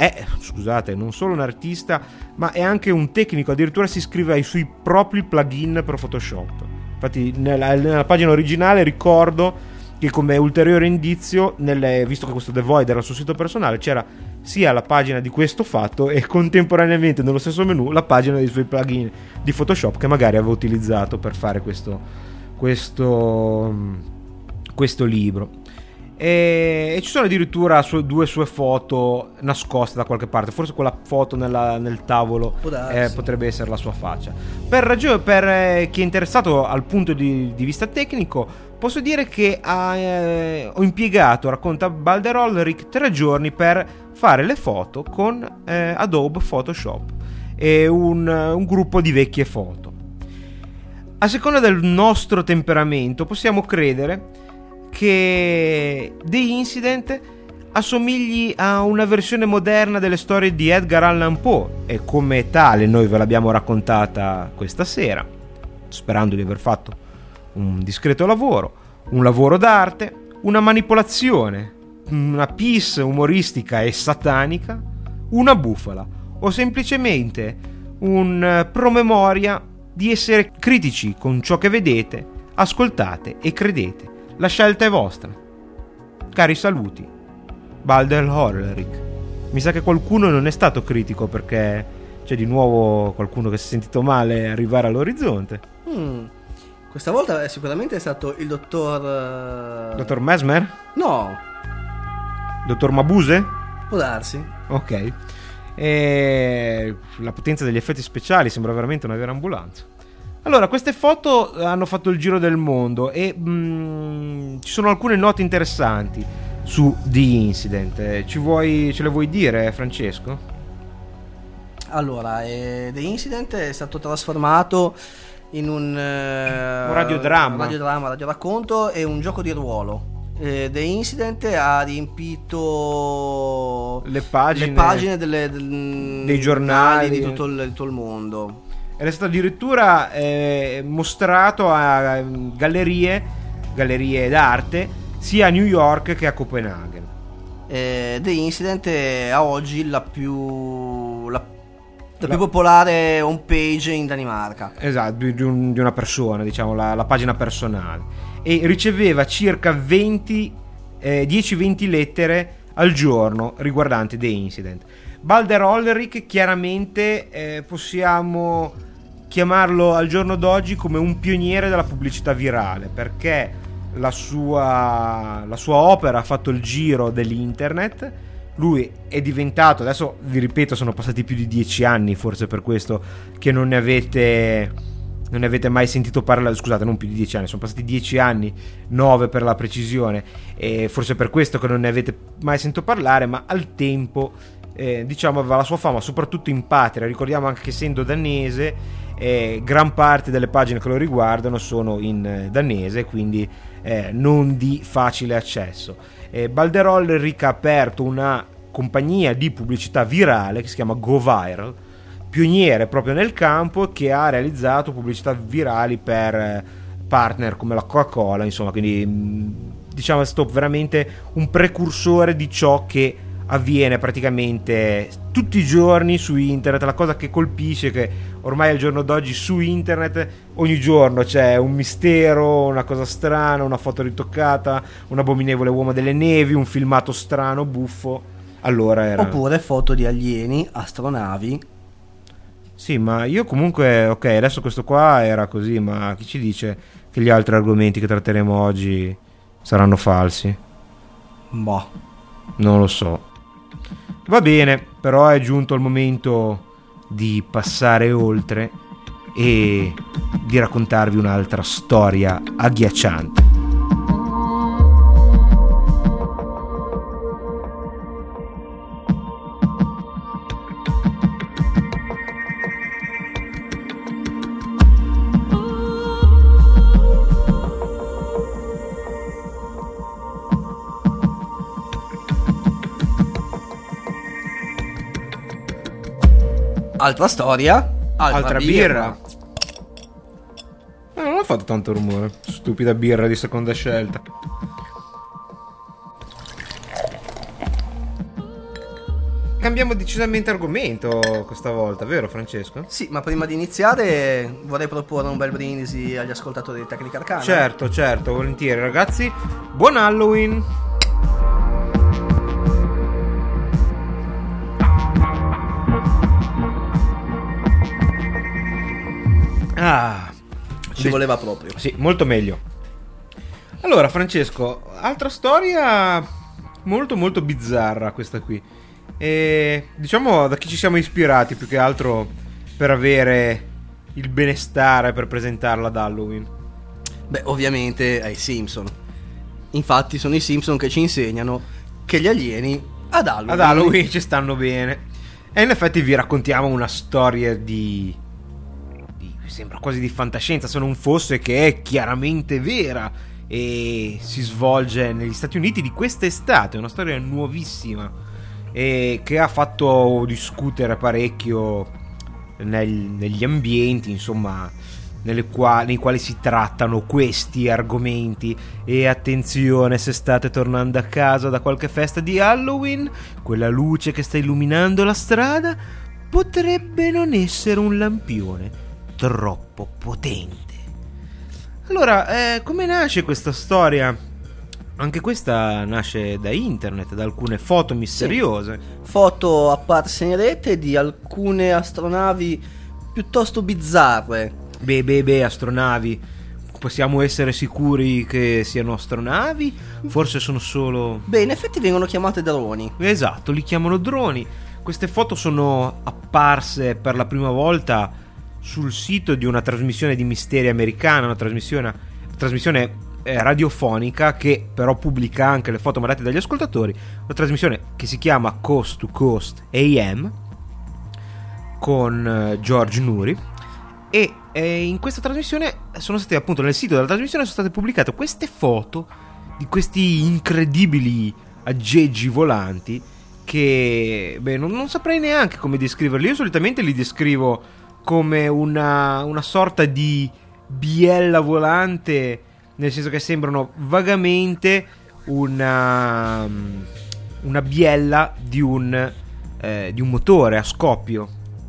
ma è anche un tecnico, addirittura si scrive ai suoi propri plugin per Photoshop. Infatti nella pagina originale ricordo che, come ulteriore indizio, visto che questo The Void era il suo sito personale, c'era sia la pagina di questo fatto e contemporaneamente nello stesso menu la pagina dei suoi plugin di Photoshop che magari aveva utilizzato per fare questo libro. E ci sono addirittura due sue foto nascoste da qualche parte, forse quella foto nel tavolo potrebbe essere la sua faccia. Per chi è interessato al punto di vista tecnico, posso dire che ho impiegato, racconta Balder Ulrich, 3 giorni per fare le foto con Adobe Photoshop e un gruppo di vecchie foto. A seconda del nostro temperamento possiamo credere che The Incident assomigli a una versione moderna delle storie di Edgar Allan Poe, e come tale noi ve l'abbiamo raccontata questa sera, sperando di aver fatto un discreto lavoro, un lavoro d'arte, una manipolazione, una piece umoristica e satanica, una bufala, o semplicemente un promemoria di essere critici con ciò che vedete, ascoltate e credete. La scelta è vostra. Cari saluti, Balder Ulrich. Mi sa che qualcuno non è stato critico, perché c'è di nuovo qualcuno che si è sentito male arrivare all'orizzonte. Questa volta sicuramente è stato il dottor Mesmer? No. Dottor Mabuse? Può darsi. Ok. La potenza degli effetti speciali sembra veramente una vera ambulanza. Allora, queste foto hanno fatto il giro del mondo e ci sono alcune note interessanti su The Incident. Ce le vuoi dire, Francesco? Allora, The Incident è stato trasformato in un radiodramma, radioracconto e un gioco di ruolo. The Incident ha riempito le pagine dei giornali di tutto il mondo. Ed è stato addirittura mostrato a gallerie d'arte sia a New York che a Copenaghen. The Incident è a oggi la più popolare homepage in Danimarca. Esatto, di una persona, diciamo, la pagina personale. E riceveva circa 10-20 lettere al giorno riguardanti The Incident. Balder Ulrich chiaramente possiamo chiamarlo al giorno d'oggi come un pioniere della pubblicità virale, perché la sua opera ha fatto il giro dell'internet lui è diventato, adesso vi ripeto, sono passati più di 10 anni, forse per questo che non ne avete mai sentito parlare. Scusate, non più di 10 anni, sono passati 10 anni, 9 per la precisione, e forse per questo che non ne avete mai sentito parlare, ma al tempo diciamo aveva la sua fama soprattutto in patria. Ricordiamo anche che essendo danese, gran parte delle pagine che lo riguardano sono in danese, quindi non di facile accesso. Balderol Rick ha aperto una compagnia di pubblicità virale che si chiama GoViral, pioniere proprio nel campo, che ha realizzato pubblicità virali per partner come la Coca-Cola, insomma, quindi diciamo è stato veramente un precursore di ciò che avviene praticamente tutti i giorni su internet. La cosa che colpisce è che ormai al giorno d'oggi su internet ogni giorno c'è un mistero, una cosa strana, una foto ritoccata, un abominevole uomo delle nevi, un filmato strano, buffo. Allora era... Oppure foto di alieni, astronavi. Sì, ma io comunque, ok, adesso questo qua era così, ma chi ci dice che gli altri argomenti che tratteremo oggi saranno falsi? Boh, non lo so. Va bene, però è giunto il momento di passare oltre e di raccontarvi un'altra storia agghiacciante. altra storia, altra birra. Non ho fatto tanto rumore. Stupida birra di seconda scelta. Cambiamo decisamente argomento questa volta, vero Francesco? Sì, ma prima di iniziare vorrei proporre un bel brindisi agli ascoltatori di Tecnica Arcana. Certo, volentieri ragazzi. Buon Halloween! Ci voleva proprio. Sì, molto meglio. Allora Francesco, altra storia molto molto bizzarra questa qui. E diciamo da chi ci siamo ispirati più che altro per avere il benestare per presentarla ad Halloween. Beh, ovviamente ai Simpson. Infatti sono i Simpson che ci insegnano che gli alieni ad Halloween ci stanno bene. E in effetti vi raccontiamo una storia sembra quasi di fantascienza, se non fosse che è chiaramente vera e si svolge negli Stati Uniti di quest'estate. È una storia nuovissima e che ha fatto discutere parecchio negli ambienti, insomma, nei quali si trattano questi argomenti. E attenzione, se state tornando a casa da qualche festa di Halloween, quella luce che sta illuminando la strada potrebbe non essere un lampione troppo potente. Allora, come nasce questa storia? Anche questa nasce da internet, da alcune foto misteriose. Sì. Foto apparse in rete di alcune astronavi piuttosto bizzarre. Beh, astronavi. Possiamo essere sicuri che siano astronavi? Forse sono solo... Beh, in effetti vengono chiamate droni. Esatto, li chiamano droni. Queste foto sono apparse per la prima volta sul sito di una trasmissione di misteri americana, una trasmissione radiofonica che però pubblica anche le foto mandate dagli ascoltatori, una trasmissione che si chiama Coast to Coast AM con George Nuri. E in questa trasmissione sono state, appunto, nel sito della trasmissione sono state pubblicate queste foto di questi incredibili aggeggi volanti che non saprei neanche come descriverli. Io solitamente li descrivo come una sorta di biella volante, nel senso che sembrano vagamente una biella di un motore a scoppio.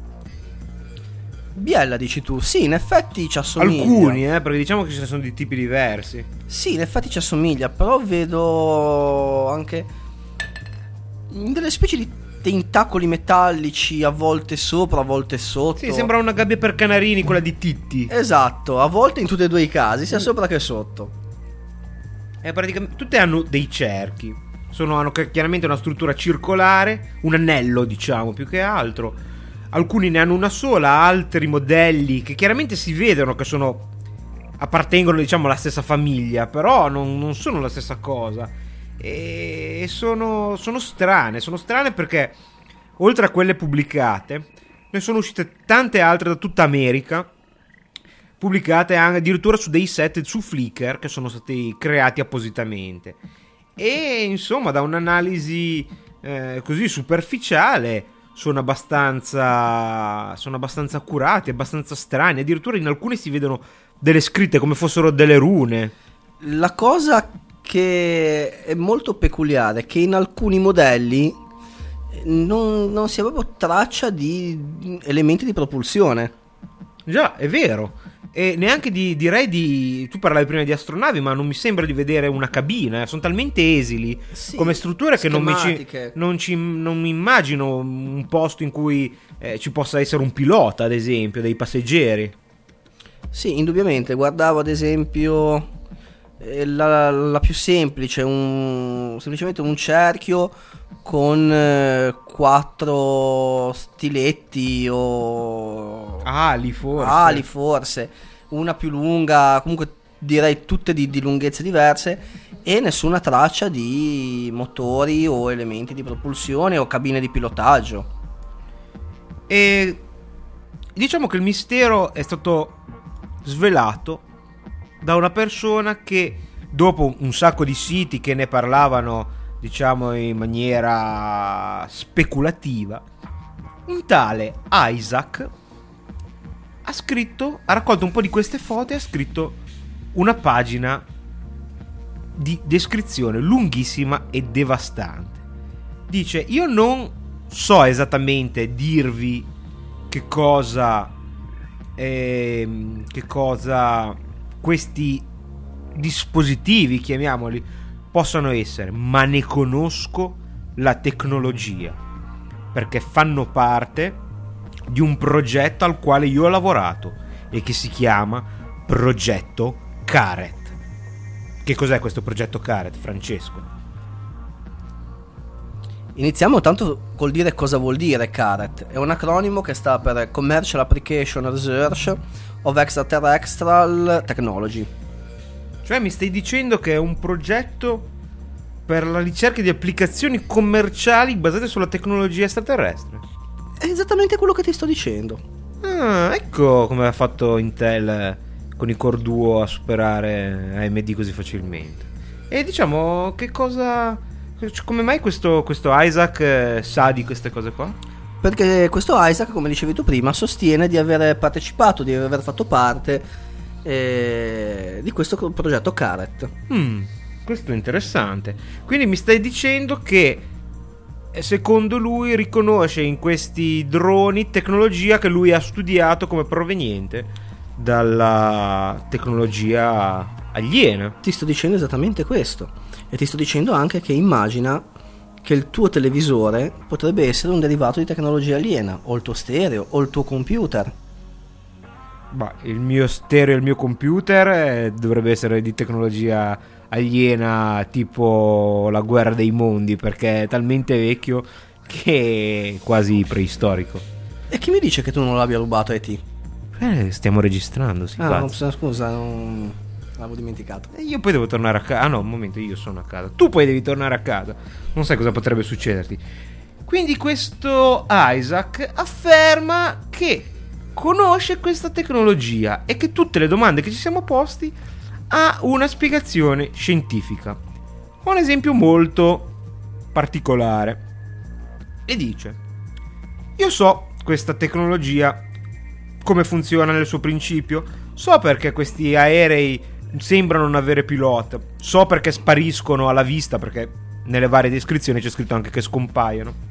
Biella dici tu? Sì, in effetti ci assomiglia. Alcuni, perché diciamo che ce ne sono di tipi diversi. Sì, in effetti ci assomiglia, però vedo anche delle specie di tentacoli metallici, a volte sopra, a volte sotto. Sì, sembra una gabbia per canarini, quella di Titti. Esatto, a volte in tutti e due i casi, sia sopra che sotto. Praticamente tutte hanno dei cerchi. hanno chiaramente una struttura circolare, un anello diciamo più che altro. Alcuni ne hanno una sola, altri modelli che chiaramente si vedono che appartengono diciamo alla stessa famiglia, però non sono la stessa cosa. E sono strane perché oltre a quelle pubblicate ne sono uscite tante altre da tutta America, pubblicate anche addirittura su dei set su Flickr che sono stati creati appositamente. E insomma, da un'analisi così superficiale sono abbastanza accurati, abbastanza strani. Addirittura in alcuni si vedono delle scritte come fossero delle rune. La cosa che è molto peculiare è che in alcuni modelli non si ha proprio traccia di elementi di propulsione. Già, è vero. E neanche direi tu parlavi prima di astronavi, ma non mi sembra di vedere una cabina. Sono talmente esili come strutture che non mi immagino un posto in cui ci possa essere un pilota, ad esempio, dei passeggeri. Sì, indubbiamente. Guardavo ad esempio la più semplice, semplicemente un cerchio con 4 stiletti o ali forse, una più lunga, comunque direi tutte di lunghezze diverse, e nessuna traccia di motori o elementi di propulsione o cabine di pilotaggio. E diciamo che il mistero è stato svelato da una persona che, dopo un sacco di siti che ne parlavano diciamo in maniera speculativa, un tale Isaac ha raccolto un po' di queste foto e ha scritto una pagina di descrizione lunghissima e devastante. Dice: io non so esattamente dirvi che cosa questi dispositivi, chiamiamoli, possano essere, ma ne conosco la tecnologia perché fanno parte di un progetto al quale io ho lavorato e che si chiama Progetto Caret. Che cos'è questo Progetto Caret, Francesco? Iniziamo tanto col dire cosa vuol dire CARET. È un acronimo che sta per Commercial Application Research of Extraterrestrial Technology. Cioè mi stai dicendo che è un progetto per la ricerca di applicazioni commerciali basate sulla tecnologia extraterrestre? È esattamente quello che ti sto dicendo. Ecco come ha fatto Intel con i Core Duo a superare AMD così facilmente. E diciamo, che cosa, come mai questo Isaac sa di queste cose qua? Perché questo Isaac, come dicevi tu prima, sostiene di aver partecipato, di aver fatto parte di questo progetto CARET. Questo è interessante. Quindi mi stai dicendo che secondo lui riconosce in questi droni tecnologia che lui ha studiato come proveniente dalla tecnologia aliena. Ti sto dicendo esattamente questo. E ti sto dicendo anche che immagina che il tuo televisore potrebbe essere un derivato di tecnologia aliena, o il tuo stereo, o il tuo computer. Bah, il mio stereo e il mio computer dovrebbe essere di tecnologia aliena, tipo la guerra dei mondi, perché è talmente vecchio che è quasi preistorico. E chi mi dice che tu non l'abbia rubato a E.T.? Stiamo registrando, sì. Scusa, non l'avevo dimenticato. E io poi devo tornare a casa. Ah no, un momento, io sono a casa. Tu poi devi tornare a casa. Non sai cosa potrebbe succederti. Quindi questo Isaac afferma che conosce questa tecnologia e che tutte le domande che ci siamo posti ha una spiegazione scientifica. Un esempio molto particolare. E dice: io so questa tecnologia come funziona nel suo principio, so perché questi aerei sembrano non avere pilota, so perché spariscono alla vista, perché nelle varie descrizioni c'è scritto anche che scompaiono.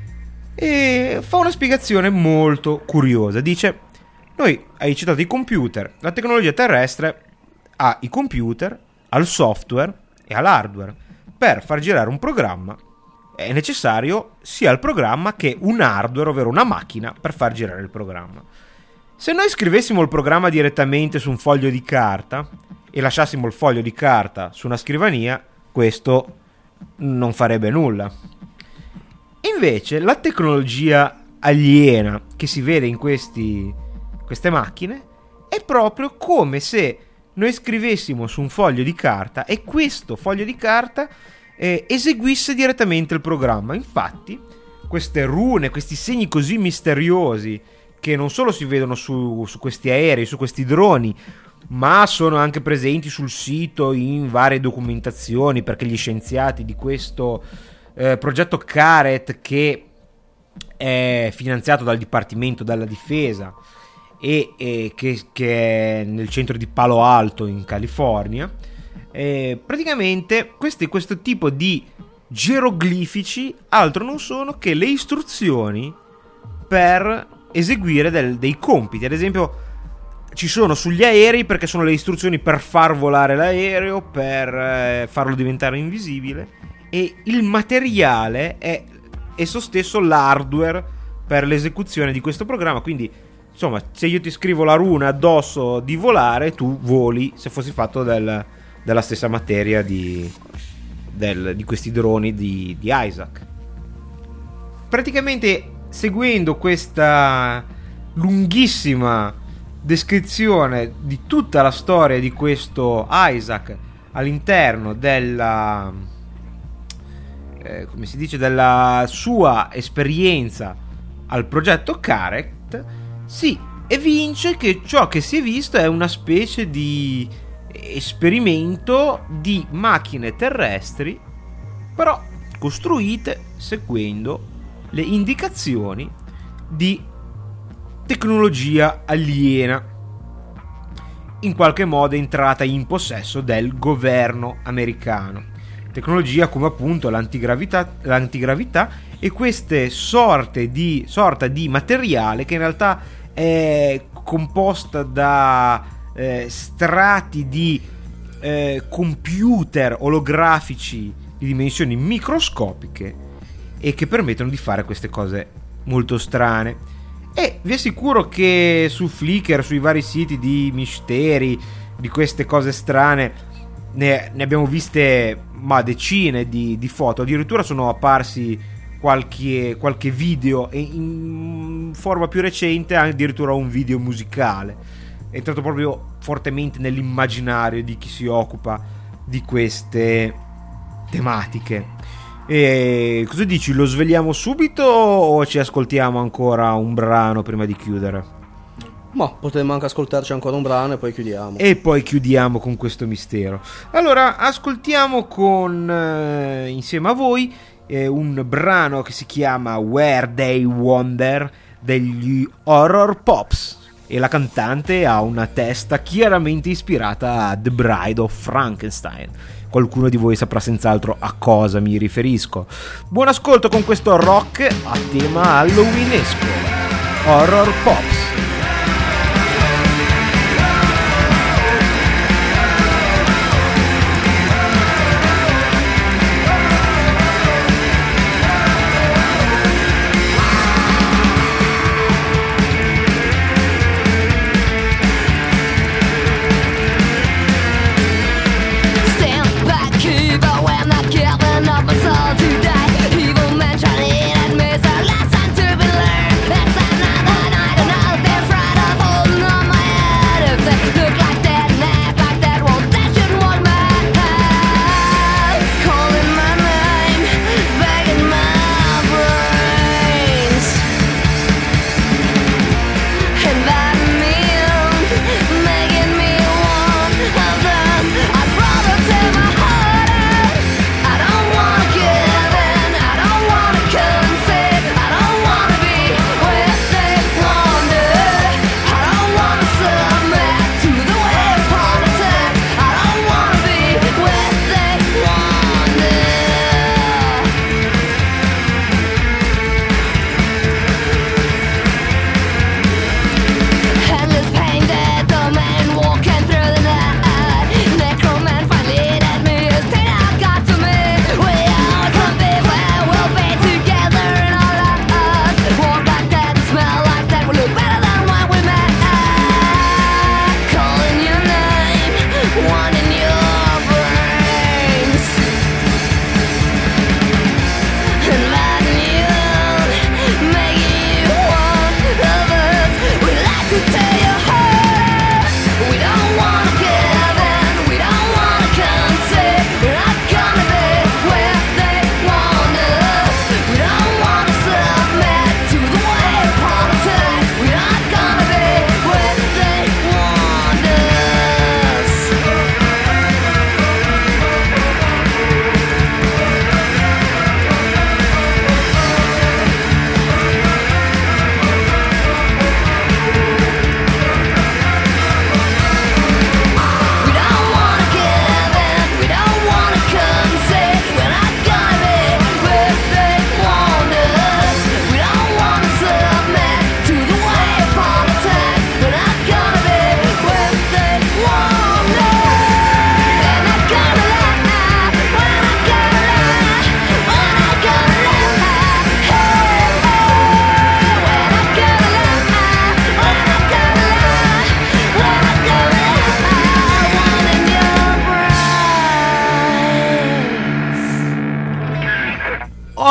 E fa una spiegazione molto curiosa. Dice: noi, hai citato i computer, la tecnologia terrestre ha i computer, ha il software e ha l'hardware. Per far girare un programma è necessario sia il programma che un hardware, ovvero una macchina, per far girare il programma. Se noi scrivessimo il programma direttamente su un foglio di carta e lasciassimo il foglio di carta su una scrivania, questo non farebbe nulla. Invece la tecnologia aliena che si vede in queste macchine è proprio come se noi scrivessimo su un foglio di carta e questo foglio di carta eseguisse direttamente il programma. Infatti queste rune, questi segni così misteriosi che non solo si vedono su questi aerei, su questi droni, ma sono anche presenti sul sito in varie documentazioni, perché gli scienziati di questo progetto Caret, che è finanziato dal Dipartimento della Difesa e che è nel centro di Palo Alto in California, praticamente questo tipo di geroglifici altro non sono che le istruzioni per eseguire dei compiti. Ad esempio ci sono sugli aerei perché sono le istruzioni per far volare l'aereo, per farlo diventare invisibile, e il materiale è esso stesso l'hardware per l'esecuzione di questo programma. Quindi insomma, se io ti scrivo la runa addosso di volare, tu voli se fossi fatto della stessa materia di questi droni di Isaac. Praticamente, seguendo questa lunghissima descrizione di tutta la storia di questo Isaac all'interno della come si dice, della sua esperienza al progetto Caret, si evince che ciò che si è visto è una specie di esperimento di macchine terrestri, però costruite seguendo le indicazioni di tecnologia aliena, in qualche modo entrata in possesso del governo americano. Tecnologia come appunto l'antigravità e queste sorta di materiale che in realtà è composta da strati di computer olografici di dimensioni microscopiche e che permettono di fare queste cose molto strane. E vi assicuro che su Flickr, sui vari siti di misteri, di queste cose strane, ne abbiamo viste decine di foto. Addirittura sono apparsi qualche video, e in forma più recente addirittura un video musicale. È entrato proprio fortemente nell'immaginario di chi si occupa di queste tematiche. E cosa dici? Lo svegliamo subito o ci ascoltiamo ancora un brano prima di chiudere? Ma potremmo anche ascoltarci ancora un brano e poi chiudiamo. E poi chiudiamo con questo mistero. Allora ascoltiamo insieme a voi un brano che si chiama Where They Wander degli Horror Pops, e la cantante ha una testa chiaramente ispirata a The Bride of Frankenstein. Qualcuno di voi saprà senz'altro a cosa mi riferisco. Buon ascolto con questo rock a tema halloweenesco. Horror Pops.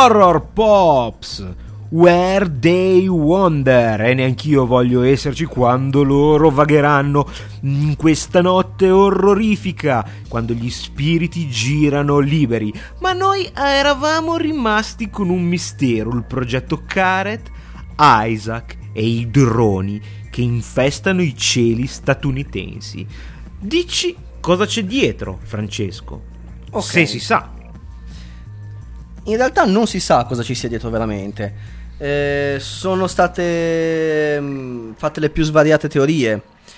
Horror Pops, Where They Wander, e neanch'io voglio esserci quando loro vagheranno in questa notte orrorifica, quando gli spiriti girano liberi. Ma noi eravamo rimasti con un mistero, il progetto Caret, Isaac e i droni che infestano i cieli statunitensi. Dici cosa c'è dietro, Francesco? Ok. Se si sa. In realtà non si sa cosa ci sia dietro veramente. Sono state fatte le più svariate teorie.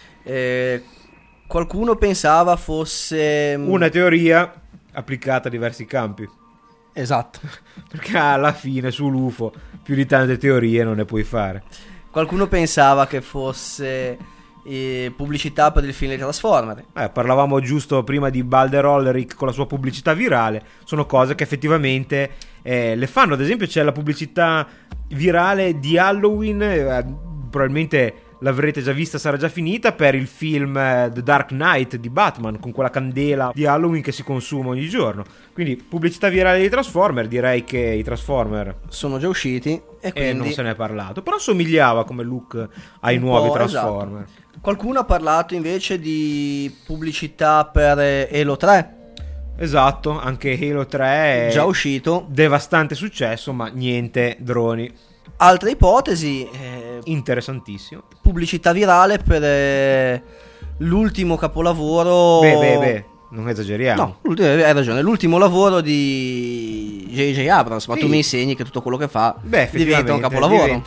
Qualcuno pensava fosse Una teoria applicata a diversi campi. Esatto. Perché alla fine sull'UFO più di tante teorie non ne puoi fare. Qualcuno pensava che fosse pubblicità per il film di Transformer. Parlavamo giusto prima di Balder Ulrich con la sua pubblicità virale. Sono cose che effettivamente le fanno. Ad esempio c'è la pubblicità virale di Halloween, probabilmente l'avrete già vista, sarà già finita, per il film The Dark Knight di Batman, con quella candela di Halloween che si consuma ogni giorno. Quindi pubblicità virale di Transformer, direi che i Transformer sono già usciti e quindi non se ne è parlato, però somigliava come look ai un nuovi po', Transformer. esatto. Qualcuno ha parlato invece di pubblicità per Halo 3. Esatto, anche Halo 3 è già uscito, devastante successo, ma niente droni. Altra ipotesi, Interessantissimo. pubblicità virale per l'ultimo capolavoro. Beh, non esageriamo. No, hai ragione, l'ultimo lavoro di J.J. Abrams, ma Sì. tu mi insegni che tutto quello che fa Beh, diventa un capolavoro.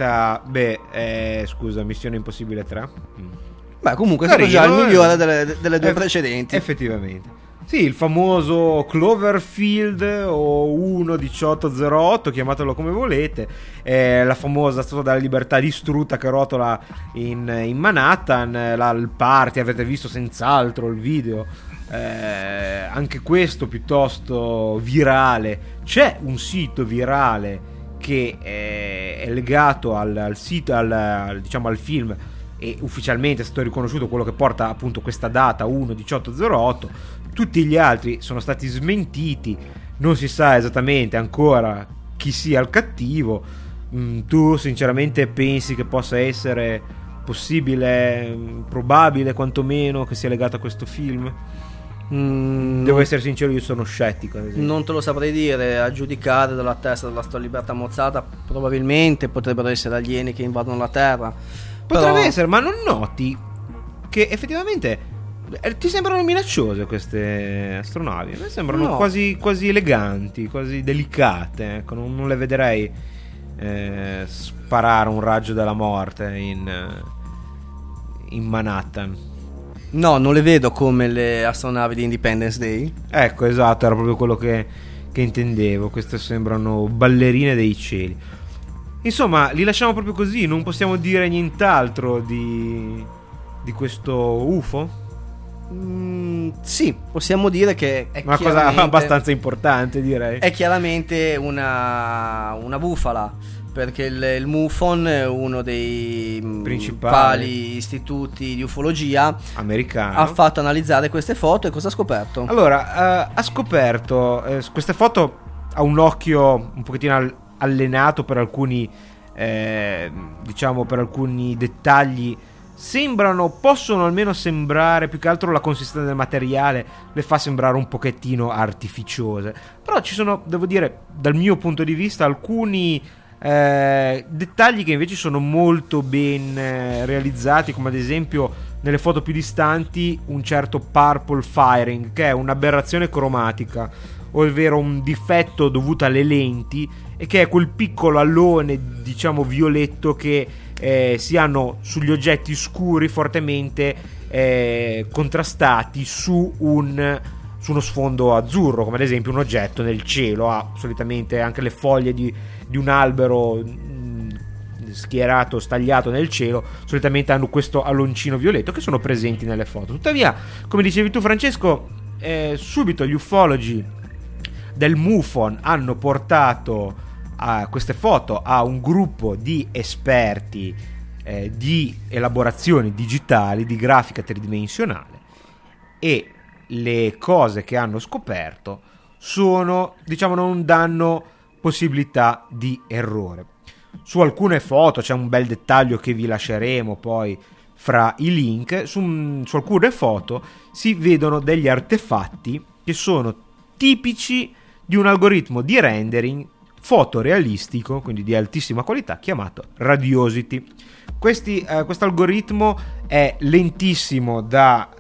Scusa, Missione Impossibile 3. Beh, comunque è Carino, stato già il migliore delle due precedenti. Effettivamente. Sì, il famoso Cloverfield o 1-1808, chiamatelo come volete, la famosa Statua della Libertà distrutta che rotola in Manhattan, il party, avete visto senz'altro il video, anche questo piuttosto virale. C'è un sito virale che è legato al sito, diciamo al film, e ufficialmente è stato riconosciuto quello che porta appunto questa data 1-1808. Tutti gli altri sono stati smentiti, non si sa esattamente ancora chi sia il cattivo. Tu sinceramente pensi che possa essere possibile, probabile quantomeno, che sia legato a questo film? Devo essere sincero, io sono scettico, ad esempio. Non te lo saprei dire, a giudicare dalla testa della Statua Libertà mozzata probabilmente potrebbero essere alieni che invadono la Terra. Potrebbe Però essere, ma non noti che effettivamente ti sembrano minacciose queste astronavi? A me sembrano No. quasi eleganti, quasi delicate. Ecco, non le vedrei sparare un raggio della morte in Manhattan. no, non le vedo come le astronavi di Independence Day. Ecco, esatto, era proprio quello che intendevo. Queste sembrano ballerine dei cieli. Insomma, li lasciamo proprio così. Non possiamo dire nient'altro di questo UFO. Sì, possiamo dire che è Una cosa chiaramente- abbastanza importante, direi. È chiaramente una bufala, perché il MUFON è uno dei principali istituti di ufologia, Americano. ha fatto analizzare queste foto e cosa ha scoperto? Allora, ha scoperto queste foto, ha un occhio un pochettino allenato per alcuni, diciamo, per alcuni dettagli. Possono almeno sembrare, più che altro la consistenza del materiale le fa sembrare un pochettino artificiose. Però ci sono, devo dire, dal mio punto di vista, alcuni dettagli che invece sono molto ben realizzati, come ad esempio nelle foto più distanti un certo purple firing, che è un'aberrazione cromatica, ovvero un difetto dovuto alle lenti, e che è quel piccolo allone, diciamo, violetto che si hanno sugli oggetti scuri fortemente contrastati su uno sfondo azzurro, come ad esempio un oggetto nel cielo ha solitamente anche le foglie di un albero schierato, stagliato nel cielo, solitamente hanno questo alloncino violetto, che sono presenti nelle foto. Tuttavia, come dicevi tu, Francesco, subito gli ufologi del MUFON hanno portato queste foto a un gruppo di esperti di elaborazioni digitali, di grafica tridimensionale, e le cose che hanno scoperto sono, diciamo, non danno possibilità di errore. Su alcune foto c'è un bel dettaglio che vi lasceremo poi fra i link. Su alcune foto si vedono degli artefatti che sono tipici di un algoritmo di rendering fotorealistico, quindi di altissima qualità, chiamato Radiosity. Questo algoritmo è lentissimo da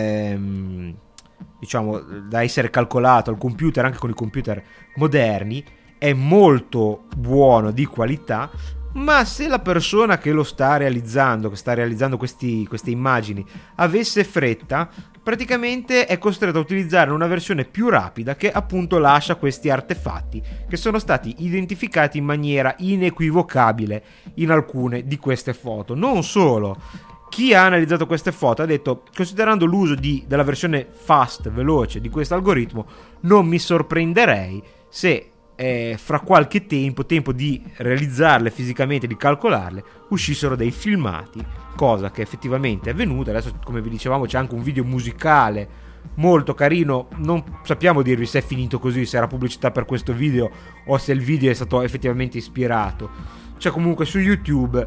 essere calcolato al computer, anche con i computer moderni, è molto buono, di qualità, ma se la persona che lo sta realizzando, queste immagini, avesse fretta, praticamente è costretto a utilizzare una versione più rapida che appunto lascia questi artefatti che sono stati identificati in maniera inequivocabile in alcune di queste foto. Non solo, chi ha analizzato queste foto ha detto, considerando l'uso della versione fast, veloce di questo algoritmo, non mi sorprenderei se fra qualche tempo di realizzarle fisicamente, di calcolarle, uscissero dei filmati, cosa che effettivamente è avvenuta. Adesso, come vi dicevamo, c'è anche un video musicale molto carino, non sappiamo dirvi se è finito così, se era pubblicità per questo video o se il video è stato effettivamente ispirato. C'è comunque su YouTube,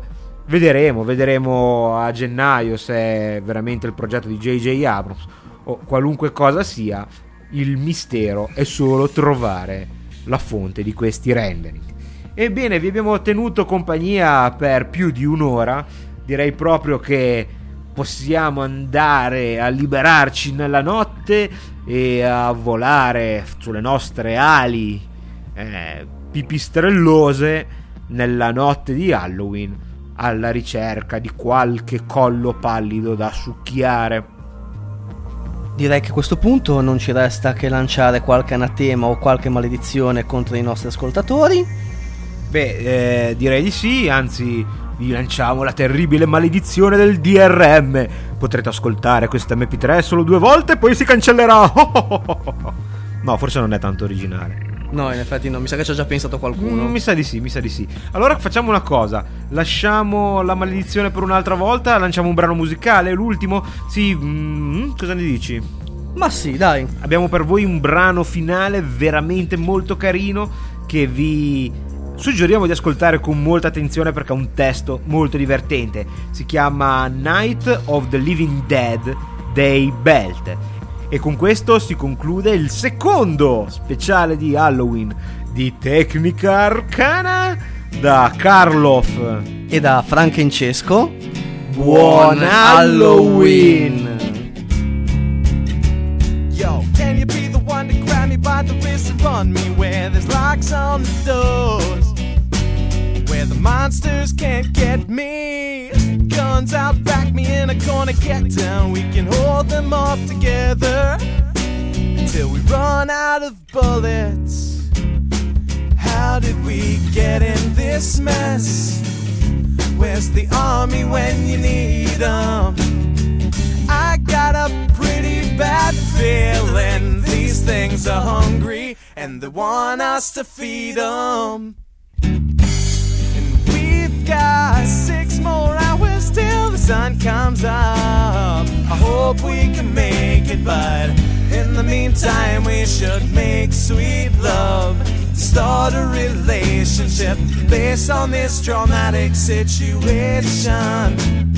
vedremo a gennaio se è veramente il progetto di J.J. Abrams o qualunque cosa sia. Il mistero è solo trovare la fonte di questi rendering. Ebbene, vi abbiamo tenuto compagnia per più di un'ora. Direi proprio che possiamo andare a liberarci nella notte e a volare sulle nostre ali pipistrellose nella notte di Halloween, alla ricerca di qualche collo pallido da succhiare. Direi che a questo punto non ci resta che lanciare qualche anatema o qualche maledizione contro i nostri ascoltatori. Direi di sì, anzi vi lanciamo la terribile maledizione del DRM. Potrete ascoltare questa MP3 solo 2 volte e poi si cancellerà. No, forse non è tanto originale. No, in effetti no, mi sa che ci ha già pensato qualcuno. Mi sa di sì. Allora facciamo una cosa, lasciamo la maledizione per un'altra volta, lanciamo un brano musicale, l'ultimo. Sì, cosa ne dici? Ma sì, dai. Abbiamo per voi un brano finale veramente molto carino che vi suggeriamo di ascoltare con molta attenzione perché ha un testo molto divertente. Si chiama Night of the Living Dead dei Belt. E con questo si conclude il secondo speciale di Halloween di Tecnica Arcana da Karloff e da Francesco. Buon Halloween! Yo, can you be the one to grab me by the wrist and run me where there's locks on the doors, where the monsters can't get me? Guns out, back me in a corner, get down. We can hold them off together till we run out of bullets. How did we get in this mess? Where's the army when you need them? I got a pretty bad feeling these things are hungry and they want us to feed them. Got 6 more hours till the sun comes up. I hope we can make it, but in the meantime we should make sweet love, start a relationship based on this dramatic situation.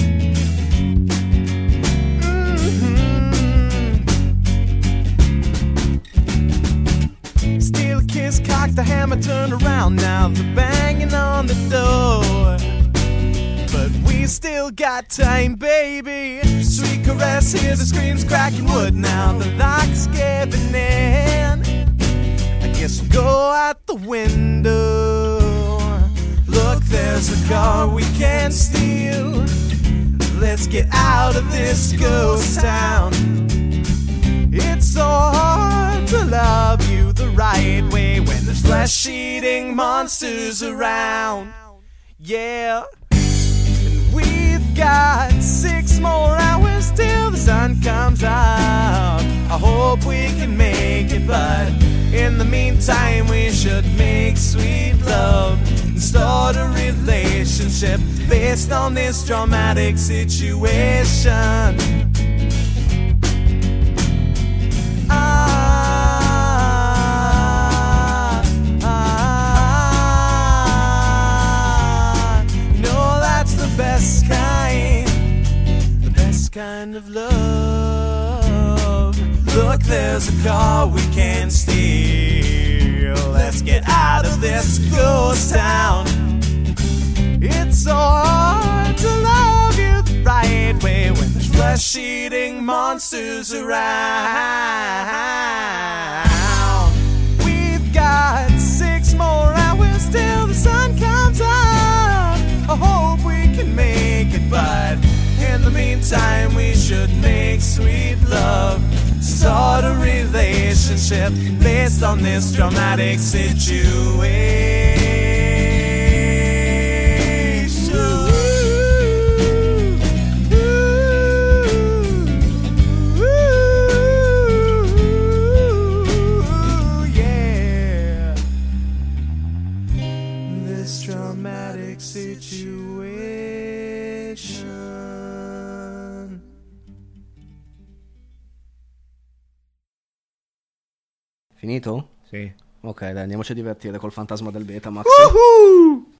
Steal a kiss, cock the hammer, turn around, now they're banging on the door. But we still got time, baby. Sweet caress, hear the screams cracking wood. Now the lock's giving in. I guess we'll go out the window. Look, there's a car we can steal. Let's get out of this ghost town. It's so hard to love you the right way when there's flesh-eating monsters around. Yeah. We've got 6 more hours till the sun comes out. I hope we can make it, but in the meantime we should make sweet love and start a relationship based on this dramatic situation. look, there's a car we can steal. Let's get out of this ghost town. It's so hard to love you the right way when there's flesh-eating monsters around. We've got 6 more hours till the sun comes up. I hope we can make it, but in the meantime we should make sweet love. Start a relationship based on this dramatic situation. Yeah. This dramatic situation. Finito? Sì. Ok, dai, andiamoci a divertire col fantasma del Betamax. Woohoo!